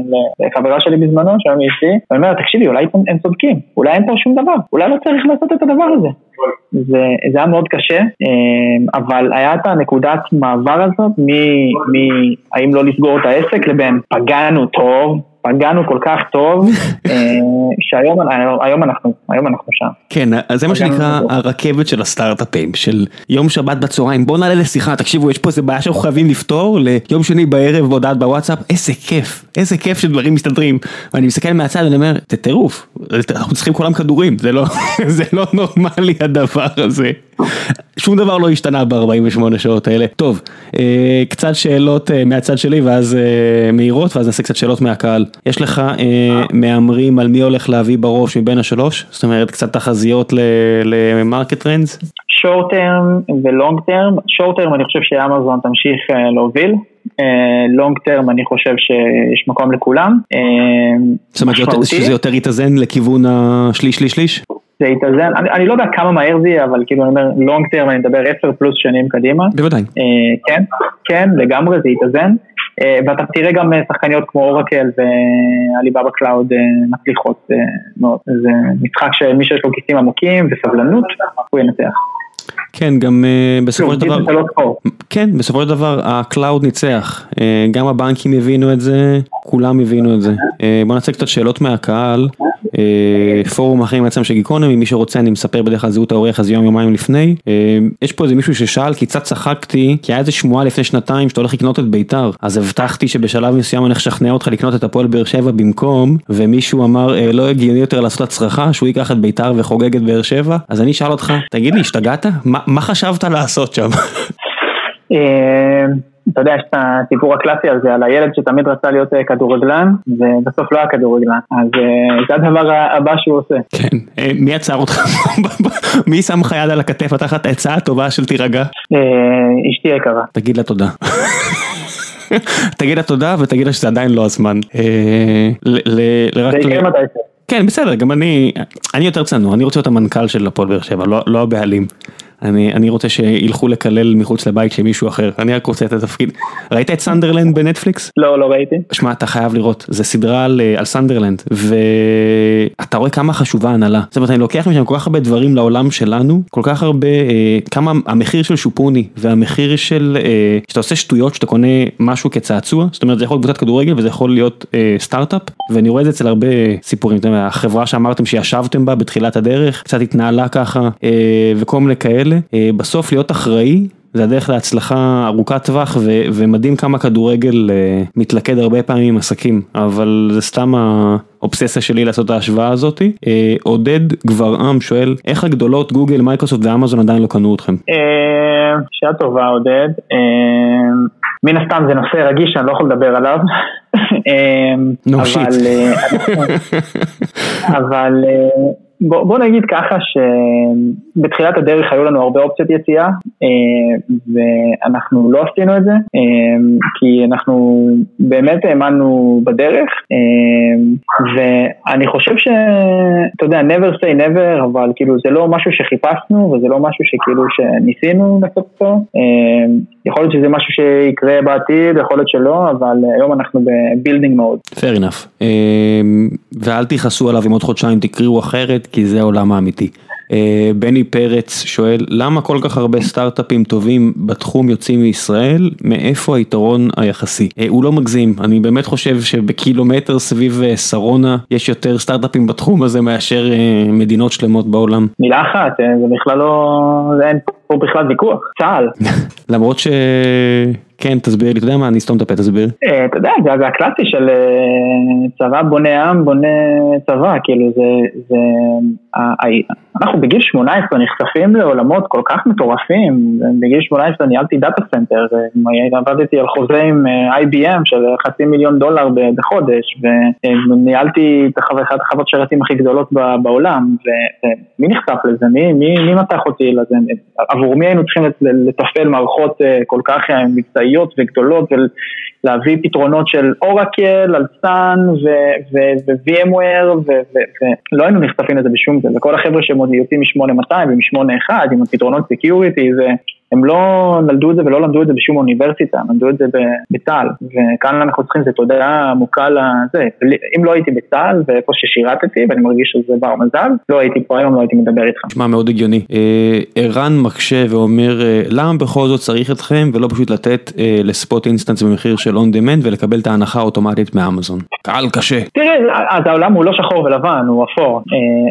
לחברה שלי בזמנו, שם וי סי, ואני אומר, תקשיבי, אולי הם צודקים, אולי אין פה שום דבר, אולי לא צריך לעשות את הדבר הזה. זה, זה היה מאוד קשה, אבל היה את הנקודת מעבר הזאת, האם לא לסגור את העסק, לבין פגענו טוב, פגענו כל כך טוב, שהיום היום אנחנו, היום אנחנו שם. כן, אז זה מה שנקרא הרכבת של הסטארט-אפים, של יום שבת בצהריים, בוא נעלה לשיחה, תקשיבו, יש פה איזה בעיה שאנחנו חייבים לפתור, ליום שני בערב בהודעת בוואטסאפ, איזה כיף, איזה כיף שדברים מסתדרים, ואני מסתכל מהצד ואני אומר, זה טירוף, אנחנו צריכים כולם כדורים, זה לא, זה לא נורמלי הדבר הזה. שום דבר לא השתנה ב-ארבעים ושמונה שעות האלה. טוב, קצת שאלות מהצד שלי, ואז מהירות, ואז נעשה קצת שאלות מהקהל. יש לך מאמרים על מי הולך להביא בראש מבין השלוש? זאת אומרת, קצת תחזיות למרקט טרנדס? שורט טרם ולונג טרם. שורט טרם אני חושב שאמזון תמשיך להוביל. לונג טרם אני חושב שיש מקום לכולם. זאת אומרת, שזה יותר יתאזן לכיוון השליש, שליש, שליש? זה יתאזן, אני, אני לא יודע כמה מהר זה יהיה, אבל כאילו אני אומר, לונג טרם, אני מדבר עשר פלוס שנים קדימה. בוודאי. כן, כן, לגמרי זה יתאזן, ואתה תראה גם שחקניות כמו אורקל ואליבאבא קלאוד מצליחות מאוד, זה משחק שמי שיש לו כיסים עמוקים וסבלנות, הוא ינצח. כן, גם בסופו של דבר, כן, בסופו של דבר הקלאוד ניצח, גם הבנקים הבינו את זה, כולם הבינו את זה. בוא נעשה קצת שאלות מהקהל, פורום אחרים בעצם של גיקונומי, מי שרוצה אני מספר בדרך כלל זהות האורח, אז יום יומיים לפני. יש פה איזה מישהו ששאל, כי קצת צחקתי, כי היה איזה שמועה לפני שנתיים שאתה הולך לקנות את ביתר, אז הבטחתי שבשלב מסוים אני אשכנע אותך לקנות את הפועל באר שבע במקום, ומישהו אמר לא הגיוני יותר לעשות הצרחה, שהוא ייקח את ביתר וחוגג את באר שבע, אז אני שאל אותך, תגיד לי, השתגעת? מה, מה חשבת לעשות שם? אתה יודע, יש את הסיפור הקלאסי הזה על הילד שתמיד רצה להיות כדורגלן, ובסוף לא היה כדורגלן, אז זה הדבר הבא שהוא עושה. כן, מי עצר אותך? מי שם לך יד על הכתף תחת העצה הטובה של תירגע? אשתי יקרה. תגיד לה תודה. תגיד לה תודה ותגיד לה שזה עדיין לא הזמן. זה יקרה מתי זה. כן, בסדר, גם אני, אני יותר צנוע, אני רוצה להיות המנכ"ל של הפועל באר שבע, לא, לא הבעלים. אני, אני רוצה שילכו לקלל מחוץ לבית של מישהו אחר, אני רק רוצה את התפקיד. ראית את סנדרלנד בנטפליקס? לא, לא ראיתי. שמע, אתה חייב לראות, זה סדרה על, על סנדרלנד, ואתה רואה כמה חשובה הנהלה. זאת אומרת, אני לוקח משם כל כך הרבה דברים לעולם שלנו, כל כך הרבה, אה, כמה המחיר של שופוני, והמחיר של, אה, שאתה עושה שטויות, שאתה קונה משהו כצעצוע, זאת אומרת, זה יכול להיות קבוצת כדורגל, וזה יכול להיות אה, סטארט-אפ, ואני רואה את זה אצל הרבה סיפורים. זאת אומרת, החברה שאמרתם שישבתם בה בתחילת הדרך, קצת התנהלה ככה, אה, וכל מיני כאלה. בסוף להיות אחראי, זה הדרך להצלחה ארוכת טווח, ו- ומדהים כמה כדורגל uh, מתלכד הרבה פעמים עם עסקים, אבל זה סתם האובססיה שלי לעשות את ההשוואה הזאת. Uh, עודד גברעם שואל, איך הגדולות גוגל, מייקרוסופט ואמזון עדיין לא קנו אתכם? שאלה טובה עודד, מן הסתם זה נושא רגיש שאני לא יכול לדבר עליו, אבל, אבל בוא, בוא נגיד ככה שבתחילת הדרך היו לנו הרבה אופציות יציאה, ואנחנו לא עשינו את זה, כי אנחנו באמת האמנו בדרך, ואני חושב שאתה יודע, never say never, אבל כאילו זה לא משהו שחיפשנו, וזה לא משהו שכאילו שניסינו לעשות אותו, יכול להיות שזה משהו שיקרה בעתיד, יכול להיות שלא, אבל היום אנחנו ב-building mode. Fair enough. ואל תיחסו עליו אם עוד חודשיים תקריאו אחרת, כי זה העולם האמיתי. בני פרץ שואל, למה כל כך הרבה סטארט-אפים טובים בתחום יוצאים מישראל, מאיפה היתרון היחסי? הוא לא מגזים, אני באמת חושב שבקילומטר סביב שרונה, יש יותר סטארט-אפים בתחום הזה, מאשר מדינות שלמות בעולם. מילה אחת, זה בכלל לא, אין פה בכלל ויכוח, צהל. למרות ש... כן, תסביר לי, אתה יודע מה, אני אסתום את הפה, תסביר. אתה יודע, זה הקלאסי של צבא בונה עם, בונה צבא, כאילו זה, אנחנו בגיל שמונה עשרה נחשפים לעולמות כל כך מטורפים, בגיל שמונה עשרה ניהלתי דאטה סנטר, עבדתי על חוזה עם איי בי אם של חצי מיליון דולר בחודש, וניהלתי את אחת החוות שרתים הכי גדולות בעולם, ומי נחשף לזה? מי מתח אותי לזה? עבור מי היינו צריכים לתפעל מערכות כל כך מבצעיות וגדולות ולהביא פתרונות של אורקל, אלסן ו-VMware ולא היינו נחשפים לזה בשום זה, וכל החבר'ה שמוד יוצאים מ-שמונה מאתיים ו-שמונה אחת עם הפתרונות סקיוריטי, זה הם לא נלדו את זה ולא למדו את זה בשום אוניברסיטה, הם למדו את זה בצה"ל, וכאן אנחנו צריכים, זה תודעה עמוקה לזה, אם לא הייתי בצה"ל ואיפה ששירתתי, ואני מרגיש שזה בר מזל, לא הייתי פה היום, לא הייתי מדבר איתך. נשמע מאוד הגיוני. ערן מקשה ואומר, למה בכל זאת צריך אתכם, ולא פשוט לתת לספוט אינסטנס במחיר של און דמנד, ולקבל את ההנחה האוטומטית מאמזון? קהל קשה. תראה, אז העולם הוא לא שחור ולבן, הוא אפור,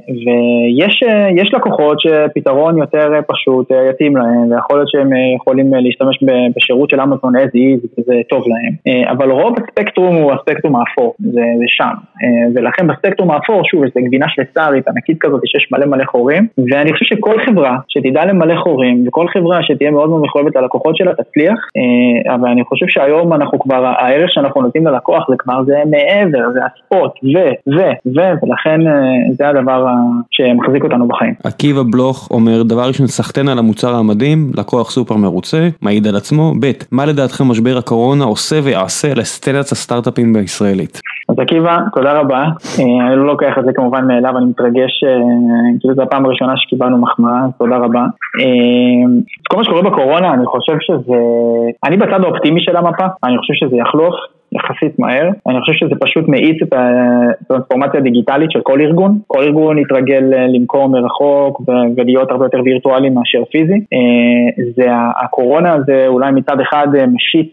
ויש לקוחות שפתרון יותר פשוט יתאים להם, ויכול להיות שהם יכולים להשתמש בשירות של אמזון as is, וזה טוב להם, אבל רוב הספקטרום הוא הספקטרום האפור, זה שם, ולכן בספקטרום האפור, שוב, זה גבינה שצארית, ענקית כזאת, שיש מלא מלא חורים, ואני חושב שכל חברה שתדע למלא חורים, וכל חברה שתהיה מאוד מאוד מחויבת ללקוחות שלה, תצליח, אבל אני חושב שהיום אנחנו כבר, הערך שאנחנו נותנים ללקוח, זה כבר זה מעבר, זה הספוט, ו, ו, ו, ולכן זה הדבר שמחזיק אותנו בחיים. עקיבא בלוך אומר, דבר ראשון, סחטן על המוצר המדהים, לקוח סופר מרוצה, מעיד על עצמו. ב', מה לדעתכם משבר הקורונה עושה ויעשה לסצנת הסטארט-אפים בישראלית? אז עקיבא, תודה רבה. אני לא לוקח את זה כמובן מאליו, אני מתרגש, כאילו זו הפעם הראשונה שקיבלנו מחמאה, תודה רבה. כל מה שקורה בקורונה, אני חושב שזה, אני בצד האופטימי של המפה, אני חושב שזה יחלוף יחסית מהר. אני חושב שזה פשוט מאיץ את הטרנספורמציה הדיגיטלית של כל ארגון. כל ארגון יתרגל למכור מרחוק ולהיות הרבה יותר וירטואלי מאשר פיזי. זה הקורונה זה אולי מצד אחד משית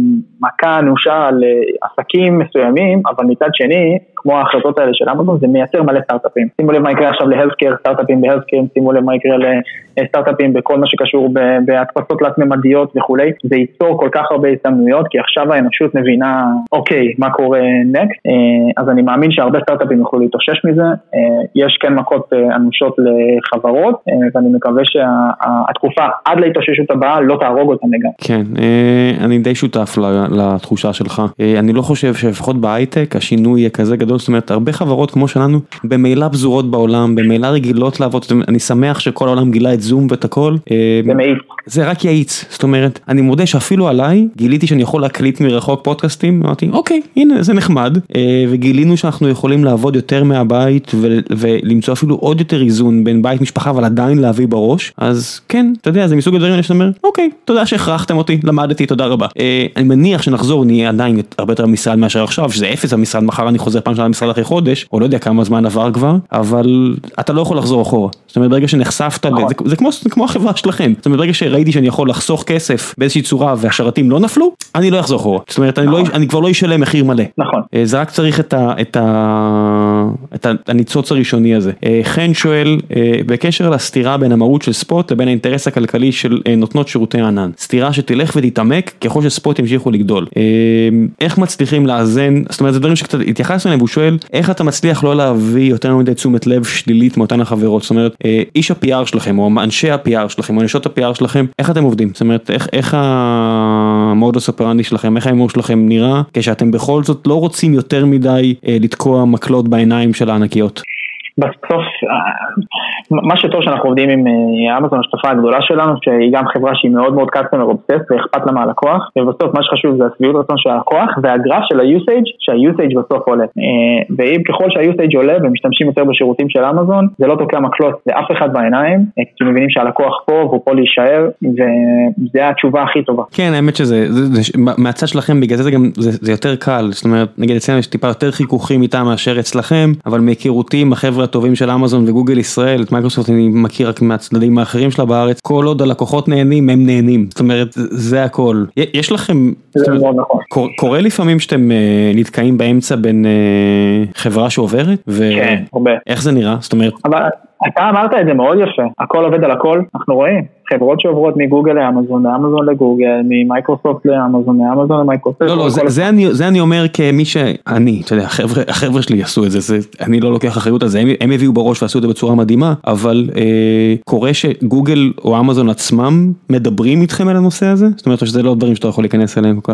מכה אנושה על עסקים מסוימים, אבל מצד שני, כמו ההחלטות האלה של אמזון, זה מייצר מלא סטארט-אפים. שימו לב מה יקרה עכשיו להלסקר, סטארט-אפים בהלסקר, שימו לב מה יקרה לסטארט-אפים בכל מה שקשור בהדפסות תלת-ממדיות וכולי. זה ייצור כל כך הרבה הזדמנויות, כי עכשיו האנושות מבינה, אוקיי, מה קורה נקסט. אז אני מאמין שהרבה סטארט-אפים יוכלו להתאושש מזה. יש כן מכות אנושות לחברות, ואני מקווה שהתקופה עד להתאוששות הבאה לא תהרוג אותם גם. כן, אני די שותף לתחושה שלך. אני לא חושב שלפחות בהייטק השינוי יהיה כזה גדול, זאת אומרת, הרבה חברות כמו שלנו, במילא פזורות בעולם, במילא רגילות לעבוד, אני שמח שכל העולם גילה את זום ואת הכל. זה מאיץ. זה רק יעיץ, זאת אומרת, אני מודה שאפילו עליי, גיליתי שאני יכול להקליט מרחוק פודקאסטים, אמרתי, אוקיי, הנה, זה נחמד, וגילינו שאנחנו יכולים לעבוד יותר מהבית, ולמצוא אפילו עוד יותר איזון בין בית משפחה, אבל עדיין להביא בראש, אז כן, אתה יודע, זה מסוג הדברים שאתה אומר, אוקיי, תודה שהכרחתם אותי, למדתי, תודה רבה. אני מניח שנחזור, נהיה עדיין הרבה יותר המשרד מאשר עכשיו, שזה אפס המשרד, מחר אני חוזר פעם שלה למשרד אחרי חודש, או לא יודע כמה זמן עבר כבר, אבל אתה לא יכול לחזור אחורה. זאת אומרת, ברגע שנחשפת, זה, זה כמו, כמו החברה שלכם. זאת אומרת, ברגע שראיתי שאני יכול לחסוך כסף באיזושהי צורה והשרתים לא נפלו, אני לא אחזור אחורה. זאת אומרת, אני, לא, אני כבר לא אשלם מחיר מלא. נכון. זה רק צריך את ה, את ה, את הניצוץ הראשוני הזה. חן שואל, בקשר לסתירה בין המהות של ספוט לבין האינטרס הכלכלי של נותנות שירותי ענן. סתירה שתלך ותתעמק ככל שספוט ימשיכו לגדול. איך מצליחים לאזן, זאת אומרת, זה דברים שקצת התייחסנו אליהם, והוא שואל, איך אתה מצליח לא להביא יותר מדי תשומת לב שלילית מאותן החברות? זאת אומרת, איש ה-פי אר שלכם, או אנשי ה-פי אר שלכם, או נשות ה-פי אר שלכם, איך אתם עובדים? זאת אומרת, איך, איך המודוס אופרנדי שלכם, איך האימור שלכם נראה, כשאתם בכל זאת לא רוצים יותר מדי לתקוע מקלות בעיניים של הענקיות? בסוף, מה שטוב שאנחנו עובדים עם אמזון, השותפה הגדולה שלנו, שהיא גם חברה שהיא מאוד מאוד customer obsessed ואכפת לה מהלקוח, ובסוף מה שחשוב זה הסביבות רצון של הלקוח, והגרף של ה-usage, שה-usage בסוף עולה. ואם ככל שה-usage עולה ומשתמשים יותר בשירותים של אמזון, זה לא תוקע מקלות לאף אחד בעיניים, כי מבינים שהלקוח פה והוא פה להישאר, וזה התשובה הכי טובה. כן, האמת שזה, מהצד שלכם, בגלל זה גם, זה יותר קל, זאת אומרת, נגיד אצלנו יש טיפה יותר חיכוכים איתם מאשר אצלכם, אבל מהיכרותים, החבר'ה הטובים של אמזון וגוגל ישראל, את מייקרוסופט אני מכיר רק מהצדדים האחרים שלה בארץ, כל עוד הלקוחות נהנים, הם נהנים. זאת אומרת, זה הכל. יש לכם, זה מאוד נכון. קורה לפעמים שאתם נתקעים באמצע בין חברה שעוברת? כן, הרבה. איך זה נראה? זאת אומרת... אבל אתה אמרת את זה מאוד יפה, הכל עובד על הכל, אנחנו רואים. חברות שעוברות מגוגל לאמזון, לאמזון לגוגל, ממייקרוסופט לאמזון, מאמזון למייקרוסופט. לא, לא, זה, זה, אני, זה אני אומר כמי שאני, אתה יודע, החבר'ה, החבר'ה שלי עשו את זה, זה, אני לא לוקח אחריות על זה, הם, הם הביאו בראש ועשו את זה בצורה מדהימה, אבל אה, קורה שגוגל או אמזון עצמם מדברים איתכם על הנושא הזה? זאת אומרת שזה לא דברים שאתה יכול להיכנס אליהם כל כך.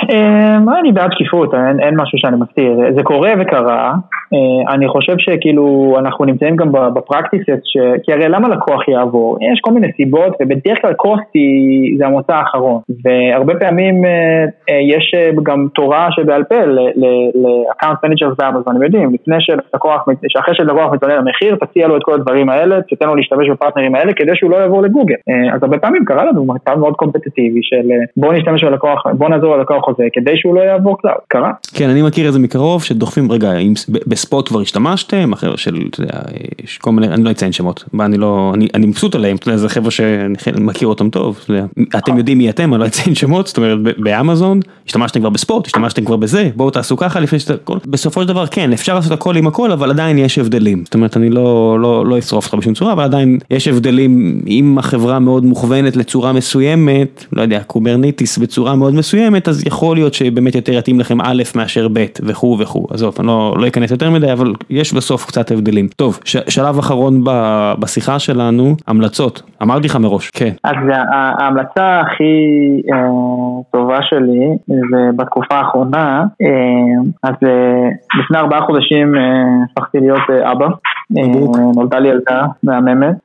אני בעד שקיפות, אין, אין משהו שאני מסתיר, זה קורה וקרה, אני חושב שכאילו אנחנו נמצאים גם בפרקטיסט, כי הרי למה לקוח יעבור? יש כל מיני סיבות, ובדרך כלל קוסטי זה המוצא האחרון, והרבה פעמים יש גם תורה שבעל פה ל-account managers באמזון, הם יודעים, לפני שלקוח, שאחרי שלקוח מתעולה למחיר, תציע לו את כל הדברים האלה, תתן לו להשתמש בפרטנרים האלה, כדי שהוא לא יעבור לגוגל. אז הרבה פעמים קרה לנו מצב מאוד קומפטיטיבי של בוא נשתמש בלקוח, בוא נעזור ללקוח הזה, כדי שהוא לא יעבור קלאוד, קרה. כן, אני מכיר את זה מקרוב, שדוחפים, רגע, אם בספוט כבר השתמשתם, אחר של, יש כל מיני, אני לא אציין שמות, אני לא, אני, אני מבסוט עליהם, זה חבר'ה שאני מכיר אותם טוב, אתם יודעים מי אתם, אני לא אציין שמות, זאת אומרת, באמזון, השתמשתם כבר בספוט, השתמשתם כבר בזה, בואו תעשו ככה לפני שאתה, בסופו של דבר, כן, אפשר לעשות הכל עם הכל, אבל עדיין יש הבדלים, זאת אומרת, אני לא, לא, לא אשרוף אותך בשום צורה, אבל עדיין יש הבדלים, אם החברה מאוד מוכוונת לצורה מסוימת, לא יודע, קוברניטיס בצורה מאוד מסוימת, אז יכול להיות שבאמת יותר יתאים לכם א' מאשר ב' וכו' וכו'. עזוב, אני לא, לא אכנס יותר מדי, אבל יש בסוף קצת הבדלים. טוב, ש, שלב אחרון ב, בשיחה שלנו, המלצות. אמרתי לך מראש, כן. אז ההמלצה הכי אה, טובה שלי, זה בתקופה האחרונה, אה, אז אה, לפני ארבעה חודשים אה, הפכתי להיות אה, אבא. נולדה לי ילדה מהממת,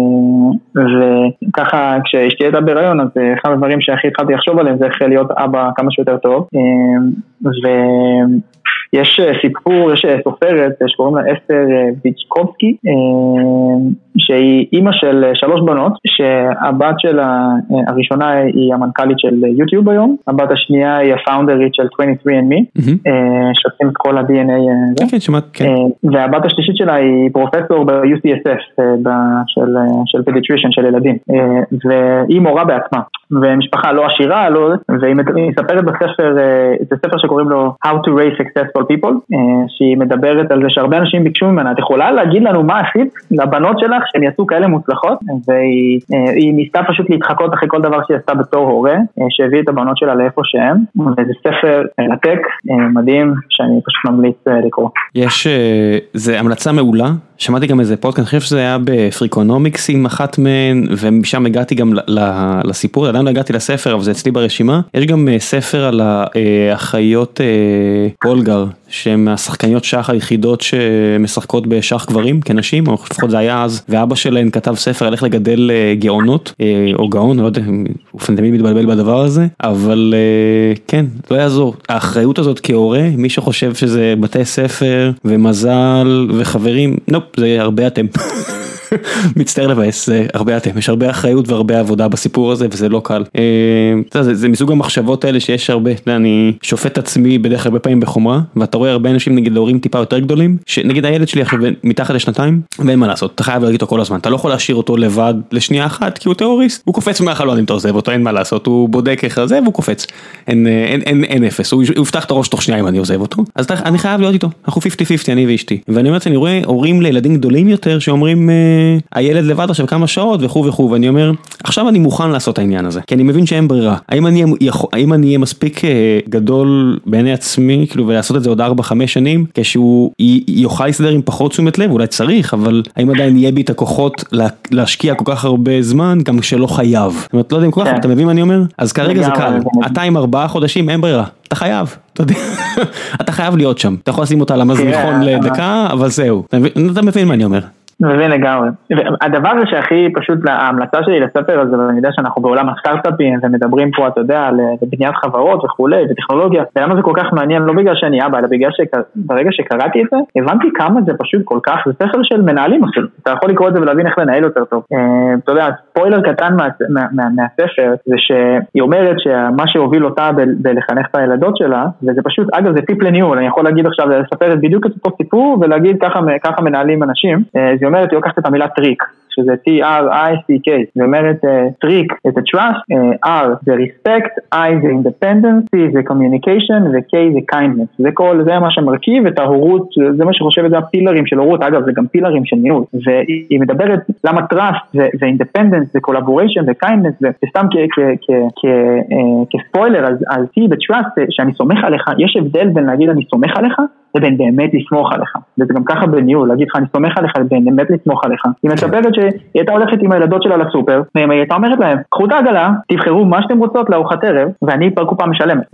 וככה כשאשתי הייתה בהיריון, אז אחד הדברים שהכי התחלתי לחשוב עליהם זה איך להיות אבא כמה שיותר טוב, ויש סיפור, יש סופרת שקוראים לה אסתר ויצ'קובסקי, שהיא אימא של שלוש בנות, שהבת שלה הראשונה היא המנכ"לית של יוטיוב היום, הבת השנייה היא הפאונדרית של עשרים ושלוש אנד מי, שעושים את כל ה-די אן איי, והבת השלישית שלה היא פרופסור ב-יו סי אס אף של פדיאטרישן של ילדים, והיא מורה בעצמה, ומשפחה לא עשירה, והיא מספרת בספר, זה ספר שקוראים לו How to Raise Successful People, שהיא מדברת על זה שהרבה אנשים ביקשו ממנה, את יכולה להגיד לנו מה עשית לבנות שלך שהם יצאו כאלה מוצלחות, והיא ניסתה פשוט להתחקות אחרי כל דבר שהיא עשתה בתור הורה, שהביא את הבנות שלה לאיפה שהם, וזה ספר עתק, מדהים, שאני פשוט ממליץ לקרוא. יש, זה המלצה מעולה, שמעתי גם איזה פודקאסט, אני חושב שזה היה בפריקונומיקס עם אחת מהן, ומשם הגעתי גם לסיפור, עדיין לא הגעתי לספר, אבל זה אצלי ברשימה, יש גם ספר על האחיות פולגר, שהן השחקניות שח היחידות שמשחקות בשח גברים כנשים, או לפחות זה היה אז, ואבא שלהן כתב ספר על איך לגדל גאונות, או גאון, לא יודע, הוא תמיד מתבלבל בדבר הזה, אבל כן, לא יעזור. האחריות הזאת כהורה, מי שחושב שזה בתי ספר ומזל וחברים, נופ, זה הרבה אתם. מצטער לבאס, זה הרבה אתם, יש הרבה אחריות והרבה עבודה בסיפור הזה, וזה לא קל. זה, זה מסוג המחשבות האלה שיש הרבה, אני שופט עצמי בדרך הרבה פעמים בחומרה, ואתה רואה הרבה אנשים נגיד להורים טיפה יותר גדולים, שנגיד הילד שלי עכשיו מתחת לשנתיים, ואין מה לעשות, אתה חייב להגיד אותו כל הזמן, אתה לא יכול להשאיר אותו לבד לשנייה אחת, כי הוא טרוריסט, הוא קופץ מהחלון אם אתה עוזב אותו, אין מה לעשות, הוא בודק איך זה, והוא קופץ, אין, אין, אין, אין אפס, הוא יפתח את הראש תוך שנייה אם אני עוזב אותו, אז אני חייב להיות איתו, אנחנו חמישים חמישים, אני ואשתי, ואני אומרת, אני רואה הורים לילדים גדולים יותר שאומרים הילד לבד עכשיו כמה שעות וכו' וכו', ואני אומר, עכשיו אני מוכן לעשות העניין הזה, כי אני מבין שאין ברירה. האם אני, האם אני אהיה מספיק גדול בעיני עצמי, כאילו, ולעשות את זה עוד ארבע חמש שנים, כשהוא יוכל להסתדר עם פחות תשומת לב, אולי צריך, אבל האם עדיין יהיה בי את הכוחות להשקיע כל כך הרבה זמן, גם כשלא חייב. זאת אומרת, לא יודע אם כל כך, אתה מבין מה אני אומר? אז כרגע זה קל. אתה עם ארבעה חודשים, אין ברירה. אתה חייב, אתה יודע, אתה חייב להיות שם. אתה יכול לשים אותה למזריחון לדקה, אבל זהו. אתה מבין מה אני אומר? מבין לגמרי. הדבר שהכי פשוט ההמלצה שלי לספר הזה, ואני יודע שאנחנו בעולם הסטארט-אפים ומדברים פה, אתה יודע, על בניית חברות וכולי, וטכנולוגיה, ולמה זה כל כך מעניין, לא בגלל שאני אבא, אלא בגלל שברגע שקראתי את זה, הבנתי כמה זה פשוט כל כך, זה ספר של מנהלים אפילו, אתה יכול לקרוא את זה ולהבין איך לנהל יותר טוב. אתה יודע, ספוילר קטן מהספר, זה שהיא אומרת שמה שהוביל אותה בלחנך את הילדות שלה, וזה פשוט, אגב, זה טיפ לניהול, אני יכול להגיד עכשיו, לספר בדיוק את אותו סיפור, ולהגיד ככה מנהלים אנשים. היא אומרת, היא לוקחת את המילה טריק, שזה T R I C K, היא אומרת טריק, את ה-trust, R זה respect, I זה independence, C זה communication, ו-K זה kindness, זה כל, זה מה שמרכיב את ההורות, זה מה שחושבת, זה הפילרים של הורות, אגב, זה גם פילרים של ניהול, והיא מדברת למה trust זה, זה independence, זה collaboration, זה kindness, וסתם כספוילר, אז T ב-trust, שאני סומך עליך, יש הבדל בין להגיד אני סומך עליך, לבין באמת לסמוך עליך, וזה גם ככה בניהול, להגיד לך אני סומך עליך, לבין באמת לסמוך עליך, היא מספרת שהיא הייתה הולכת עם הילדות שלה לסופר, והיא הייתה אומרת להם, קחו את העגלה, תבחרו מה שאתם רוצות לארוחת ערב, ואני כל קופה משלמת.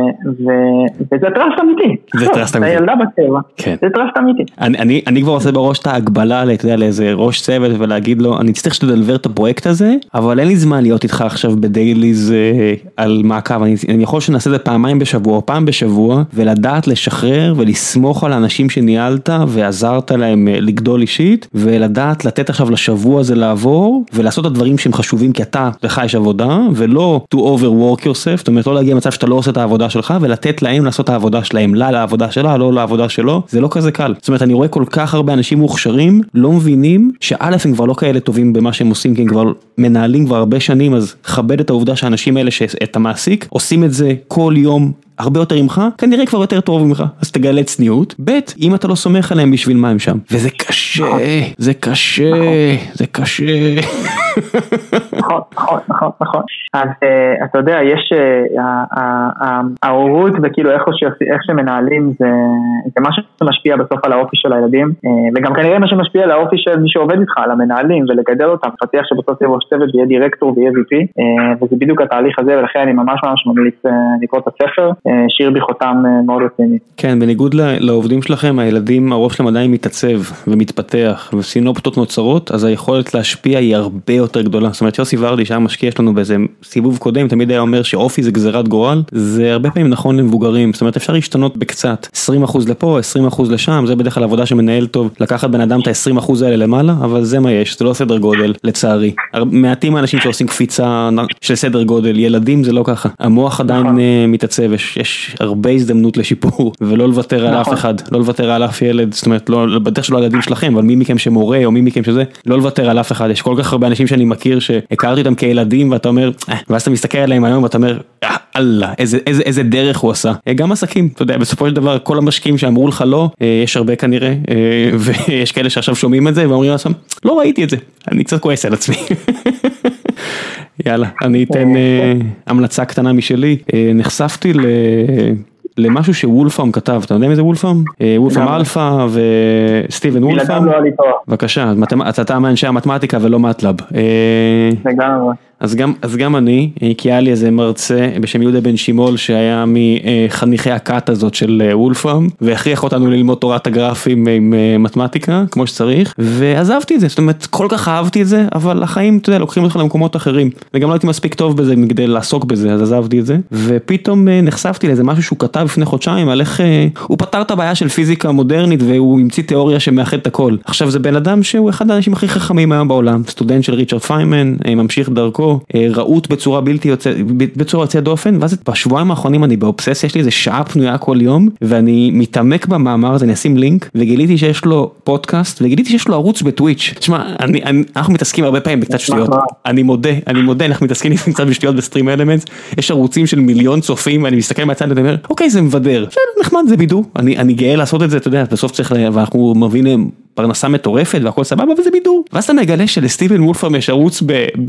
וזה טרסט אמיתי. זה טרסט אמיתי. זה ילדה בצבע. זה טרסט אמיתי. אני כבר עושה בראש את ההגבלה לאיזה ראש צוות ולהגיד לו, אני צריך שתדלבר את הפרויקט הזה, אבל אין לי זמן להיות איתך עכשיו בדייליז על מעקב. אני יכול שנעשה את זה פעמיים בשבוע או פעם בשבוע, ולדעת לשחרר ולסמוך על האנשים שניהלת ועזרת להם לגדול אישית, ולדעת לתת עכשיו לשבוע הזה לעבור, ולעשות את הדברים שהם חשובים, כי אתה, לך יש עבודה, ולא to overwork yourself, זאת אומרת לא להגיע למצב שאתה לא עושה את העבודה שלך, ולתת להם לעשות את העבודה שלהם, לה לעבודה שלה, לא לעבודה שלו, זה לא כזה קל. זאת אומרת, אני רואה כל כך הרבה אנשים מוכשרים, לא מבינים שא' הם כבר לא כאלה טובים במה שהם עושים, כי הם כבר מנהלים כבר הרבה שנים, אז כבד את העובדה שהאנשים האלה שאת המעסיק, עושים את זה כל יום, הרבה יותר ממך, כנראה כבר יותר טוב ממך, אז תגלה צניעות. ב' אם אתה לא סומך עליהם בשביל מה הם שם. וזה קשה, זה קשה, זה קשה. נכון, נכון, נכון, נכון. אז אתה יודע, יש ההורות וכאילו איך שמנהלים, זה משהו שמשפיע בסוף על האופי של הילדים, וגם כנראה מה שמשפיע על האופי של מי שעובד איתך, על המנהלים, ולגדל אותם, פתיח שבסוף יהיה ראש צוות ויהיה דירקטור ויהיה וי פי, וזה בדיוק התהליך הזה, ולכן אני ממש ממש ממליץ לקרוא את הספר, שיר בי חותם מאוד רציני. כן, בניגוד לעובדים שלכם, הילדים, הראש שלהם עדיין מתעצב ומתפתח, וסינופטות נוצרות, אז היכולת להשפיע היא הרבה יותר גדולה. זאת אומרת, יוסי ורדי, שהיה משקיע שלנו באיזה סיבוב קודם, תמיד היה אומר שאופי זה גזירת גורל, זה הרבה פעמים נכון למבוגרים. זאת אומרת, אפשר להשתנות בקצת, עשרים אחוז לפה, עשרים אחוז לשם, זה בדרך כלל עבודה שמנהל טוב, לקחת בן אדם את ה-עשרים אחוז האלה למעלה, אבל זה מה יש, זה לא סדר גודל, לצערי. מעטים האנשים שעושים קפיצה של סדר גודל, ילדים זה לא ככה. המוח עדיין מתעצב, יש הרבה הזדמנות לשיפור, ולא לוותר על אף אחד, לא לוותר על אף ילד, זאת אומרת, לא, בטח שלא הילדים שלכם, אבל מי מכם שמורה, או מי מכם שזה, לא לוותר על אף אחד. יש כל כך הרבה אנשים שאני מכיר שהכרתי אותם כילדים, ואתה אומר, ואז אתה מסתכל עליהם היום, ואתה אומר, אללה, איזה, איזה, איזה דרך הוא עשה. גם עסקים, אתה יודע, בסופו של דבר, כל המשקיעים שאמרו לך לא, יש הרבה כנראה, ויש כאלה שעכשיו שומעים את זה, ואומרים לעצמם, לא ראיתי את זה, אני קצת כועס על עצמי. יאללה, אני אתן המלצה קטנה משלי, נחשפתי ל... למשהו שוולפאם כתב, אתה יודע מי זה וולפאם? וולפאם אלפא וסטיבן וולפאם. בבקשה, אתה מאנשי המתמטיקה ולא מטלב. לגמרי. אז גם, אז גם אני, כי היה לי איזה מרצה בשם יהודה בן שימול, שהיה מחניכי הקאט הזאת של וולפאם, והכריח אותנו ללמוד תורת הגרפים עם מתמטיקה, כמו שצריך, ועזבתי את זה, זאת אומרת, כל כך אהבתי את זה, אבל החיים, אתה יודע, לוקחים אותך למקומות אחרים, וגם לא הייתי מספיק טוב בזה, כדי לעסוק בזה, אז עזבתי את זה, ופתאום נחשפתי לאיזה משהו שהוא כתב לפני חודשיים, על איך הוא פתר את הבעיה של פיזיקה מודרנית, והוא המציא תיאוריה שמאחד את הכל. עכשיו, זה בן אדם שהוא אחד האנשים הכי חכמים היום בעולם, סטודנט של ריצ'רד פיימן, ממשיך דרכו, ראות בצורה בלתי יוצא, בצורה יוצא דופן, ואז בשבועיים האחרונים אני באובססיה, יש לי איזה שעה פנויה כל יום, ואני מתעמק במאמר הזה, אני אשים לינק, וגיליתי שיש לו פודקאסט, וגיליתי שיש לו ערוץ בטוויץ'. תשמע, אני, אני, אנחנו מתעסקים הרבה פעמים בקצת שטויות, אני מודה, אני מודה, אנחנו מתעסקים קצת בשטויות בסטרים אלמנטס, יש ערוצים של מיליון צופים, ואני מסתכל מהצד ואני אומר, אוקיי, זה מבדר, זה נחמד, זה בידור, אני, אני גאה לעשות את זה, אתה יודע, בסוף צריך, ואנחנו מבינים פרנסה מטורפת והכל סבבה, וזה בידור. ואז אתה מגלה שלסטיבן וולפאם יש ערוץ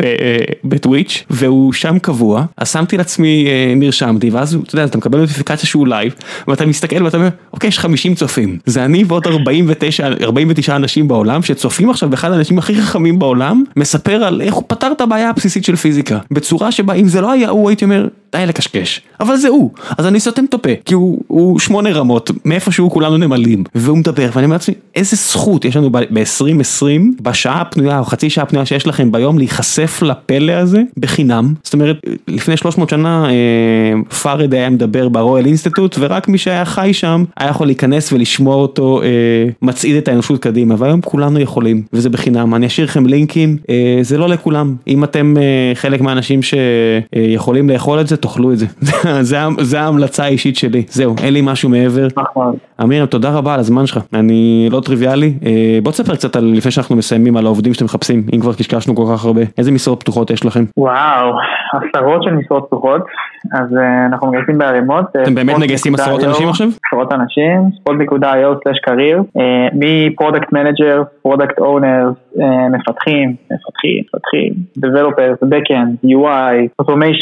בטוויץ' והוא שם קבוע, אז שמתי לעצמי, נרשמתי, ואז אתה יודע, אתה מקבל נוטיפיקציה שהוא לייב, ואתה מסתכל ואתה אומר, אוקיי, יש חמישים צופים. זה אני ועוד ארבעים ותשע אנשים בעולם, שצופים עכשיו באחד האנשים הכי חכמים בעולם, מספר על איך הוא פתר את הבעיה הבסיסית של פיזיקה, בצורה שבה אם זה לא היה הוא, הייתי אומר, די לקשקש. אבל זה הוא. אז אני סותם את הפה, כי הוא, הוא שמונה רמות, מאיפה שהוא כולנו נמלים, והוא מדבר, ואני אומר לעצמי, איזה זכות יש לנו ב-עשרים עשרים, בשעה הפנויה או חצי שעה הפנויה שיש לכם ביום, להיחשף לפלא הזה בחינם. זאת אומרת, לפני שלוש מאות שנה, אה, פארד היה מדבר ברויאל אינסטיטוט, ורק מי שהיה חי שם, היה יכול להיכנס ולשמוע אותו, אה, מצעיד את האנושות קדימה, והיום כולנו יכולים, וזה בחינם. אני אשאיר לכם לינקים, אה, זה לא לכולם. אם אתם אה, חלק מהאנשים שיכולים לאכול את זה, תאכלו את זה. זה, זה ההמלצה האישית שלי. זהו, אין לי משהו מעבר. אמיר, תודה רבה על הזמן שלך. אני לא טריוויאלי. בוא תספר קצת על, לפני שאנחנו מסיימים, על העובדים שאתם מחפשים, אם כבר קשקשנו כל כך הרבה. איזה משרות פתוחות יש לכם? וואו, עשרות של משרות פתוחות. אז אנחנו מגייסים בערימות. אתם באמת מגייסים עשרות אנשים עכשיו? עשרות אנשים, ספוט נקודה איי או סלש קרייר, מפרודקט מנג'ר, פרודקט אונר, מפתחים, מפתחים, מפתחים, developers, backend, יו איי, automation,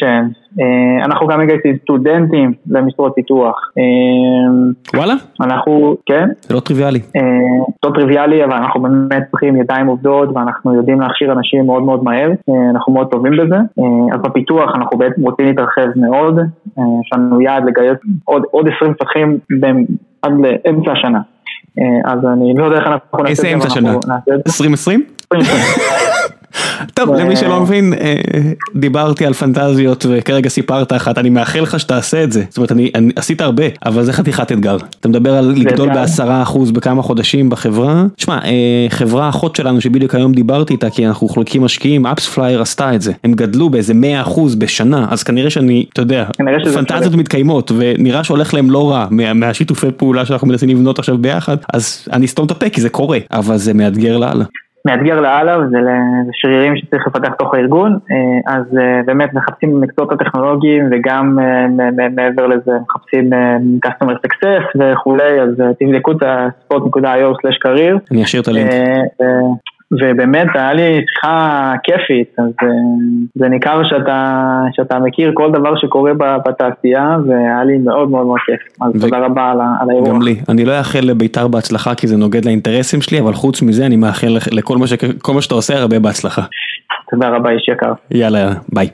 אנחנו גם מגייסים סטודנטים למשרות פיתוח. וואלה? אנחנו, כן. זה לא טריוויאלי. לא טריוויאלי, אבל אנחנו באמת צריכים ידיים עובדות, ואנחנו יודעים להכשיר אנשים מאוד מאוד מהר, אנחנו מאוד טובים בזה. אז בפיתוח אנחנו בעצם רוצים להתרחב מאוד, יש לנו יעד לגייס עוד, עוד עשרים מפתחים עד לאמצע השנה. אז אני לא יודע איך אנחנו נעשה את זה. איזה אמצע שנה? עשרים עשרים? עשרים עשרים. טוב, למי שלא מבין, דיברתי על פנטזיות וכרגע סיפרת אחת, אני מאחל לך שתעשה את זה, זאת אומרת, אני עשית הרבה, אבל זה חתיכת אתגר. אתה מדבר על לגדול בעשרה אחוז בכמה חודשים בחברה. תשמע, חברה אחות שלנו שבדיוק היום דיברתי איתה, כי אנחנו חולקים משקיעים, AppsFlyer עשתה את זה, הם גדלו באיזה מאה אחוז בשנה, אז כנראה שאני, אתה יודע, פנטזיות מתקיימות, ונראה שהולך להם לא רע, מהשיתופי פעולה שאנחנו מנסים לבנות עכשיו ביחד, אז אני סתום את הפה, כי זה קורה, אבל זה מאתגר לאללה. מאתגר לאללה, וזה שרירים שצריך לפתח תוך הארגון, אז באמת מחפשים במקצועות הטכנולוגיים, וגם מעבר לזה מחפשים customer success וכולי, אז תבדקו את הספורט נקודה איי או סלש קרייר. אני אשאיר את הלינק. ובאמת היה לי שיחה כיפית, אז זה ניכר שאתה, שאתה מכיר כל דבר שקורה בתעשייה, והיה לי מאוד מאוד מאוד כיף, אז ו... תודה רבה על, על האירוע. גם לי, אני לא אאחל לביתר בהצלחה, כי זה נוגד לאינטרסים שלי, אבל חוץ מזה אני מאחל לכל מה, ש... כל מה שאתה עושה הרבה בהצלחה. תודה רבה, איש יקר. יאללה, ביי.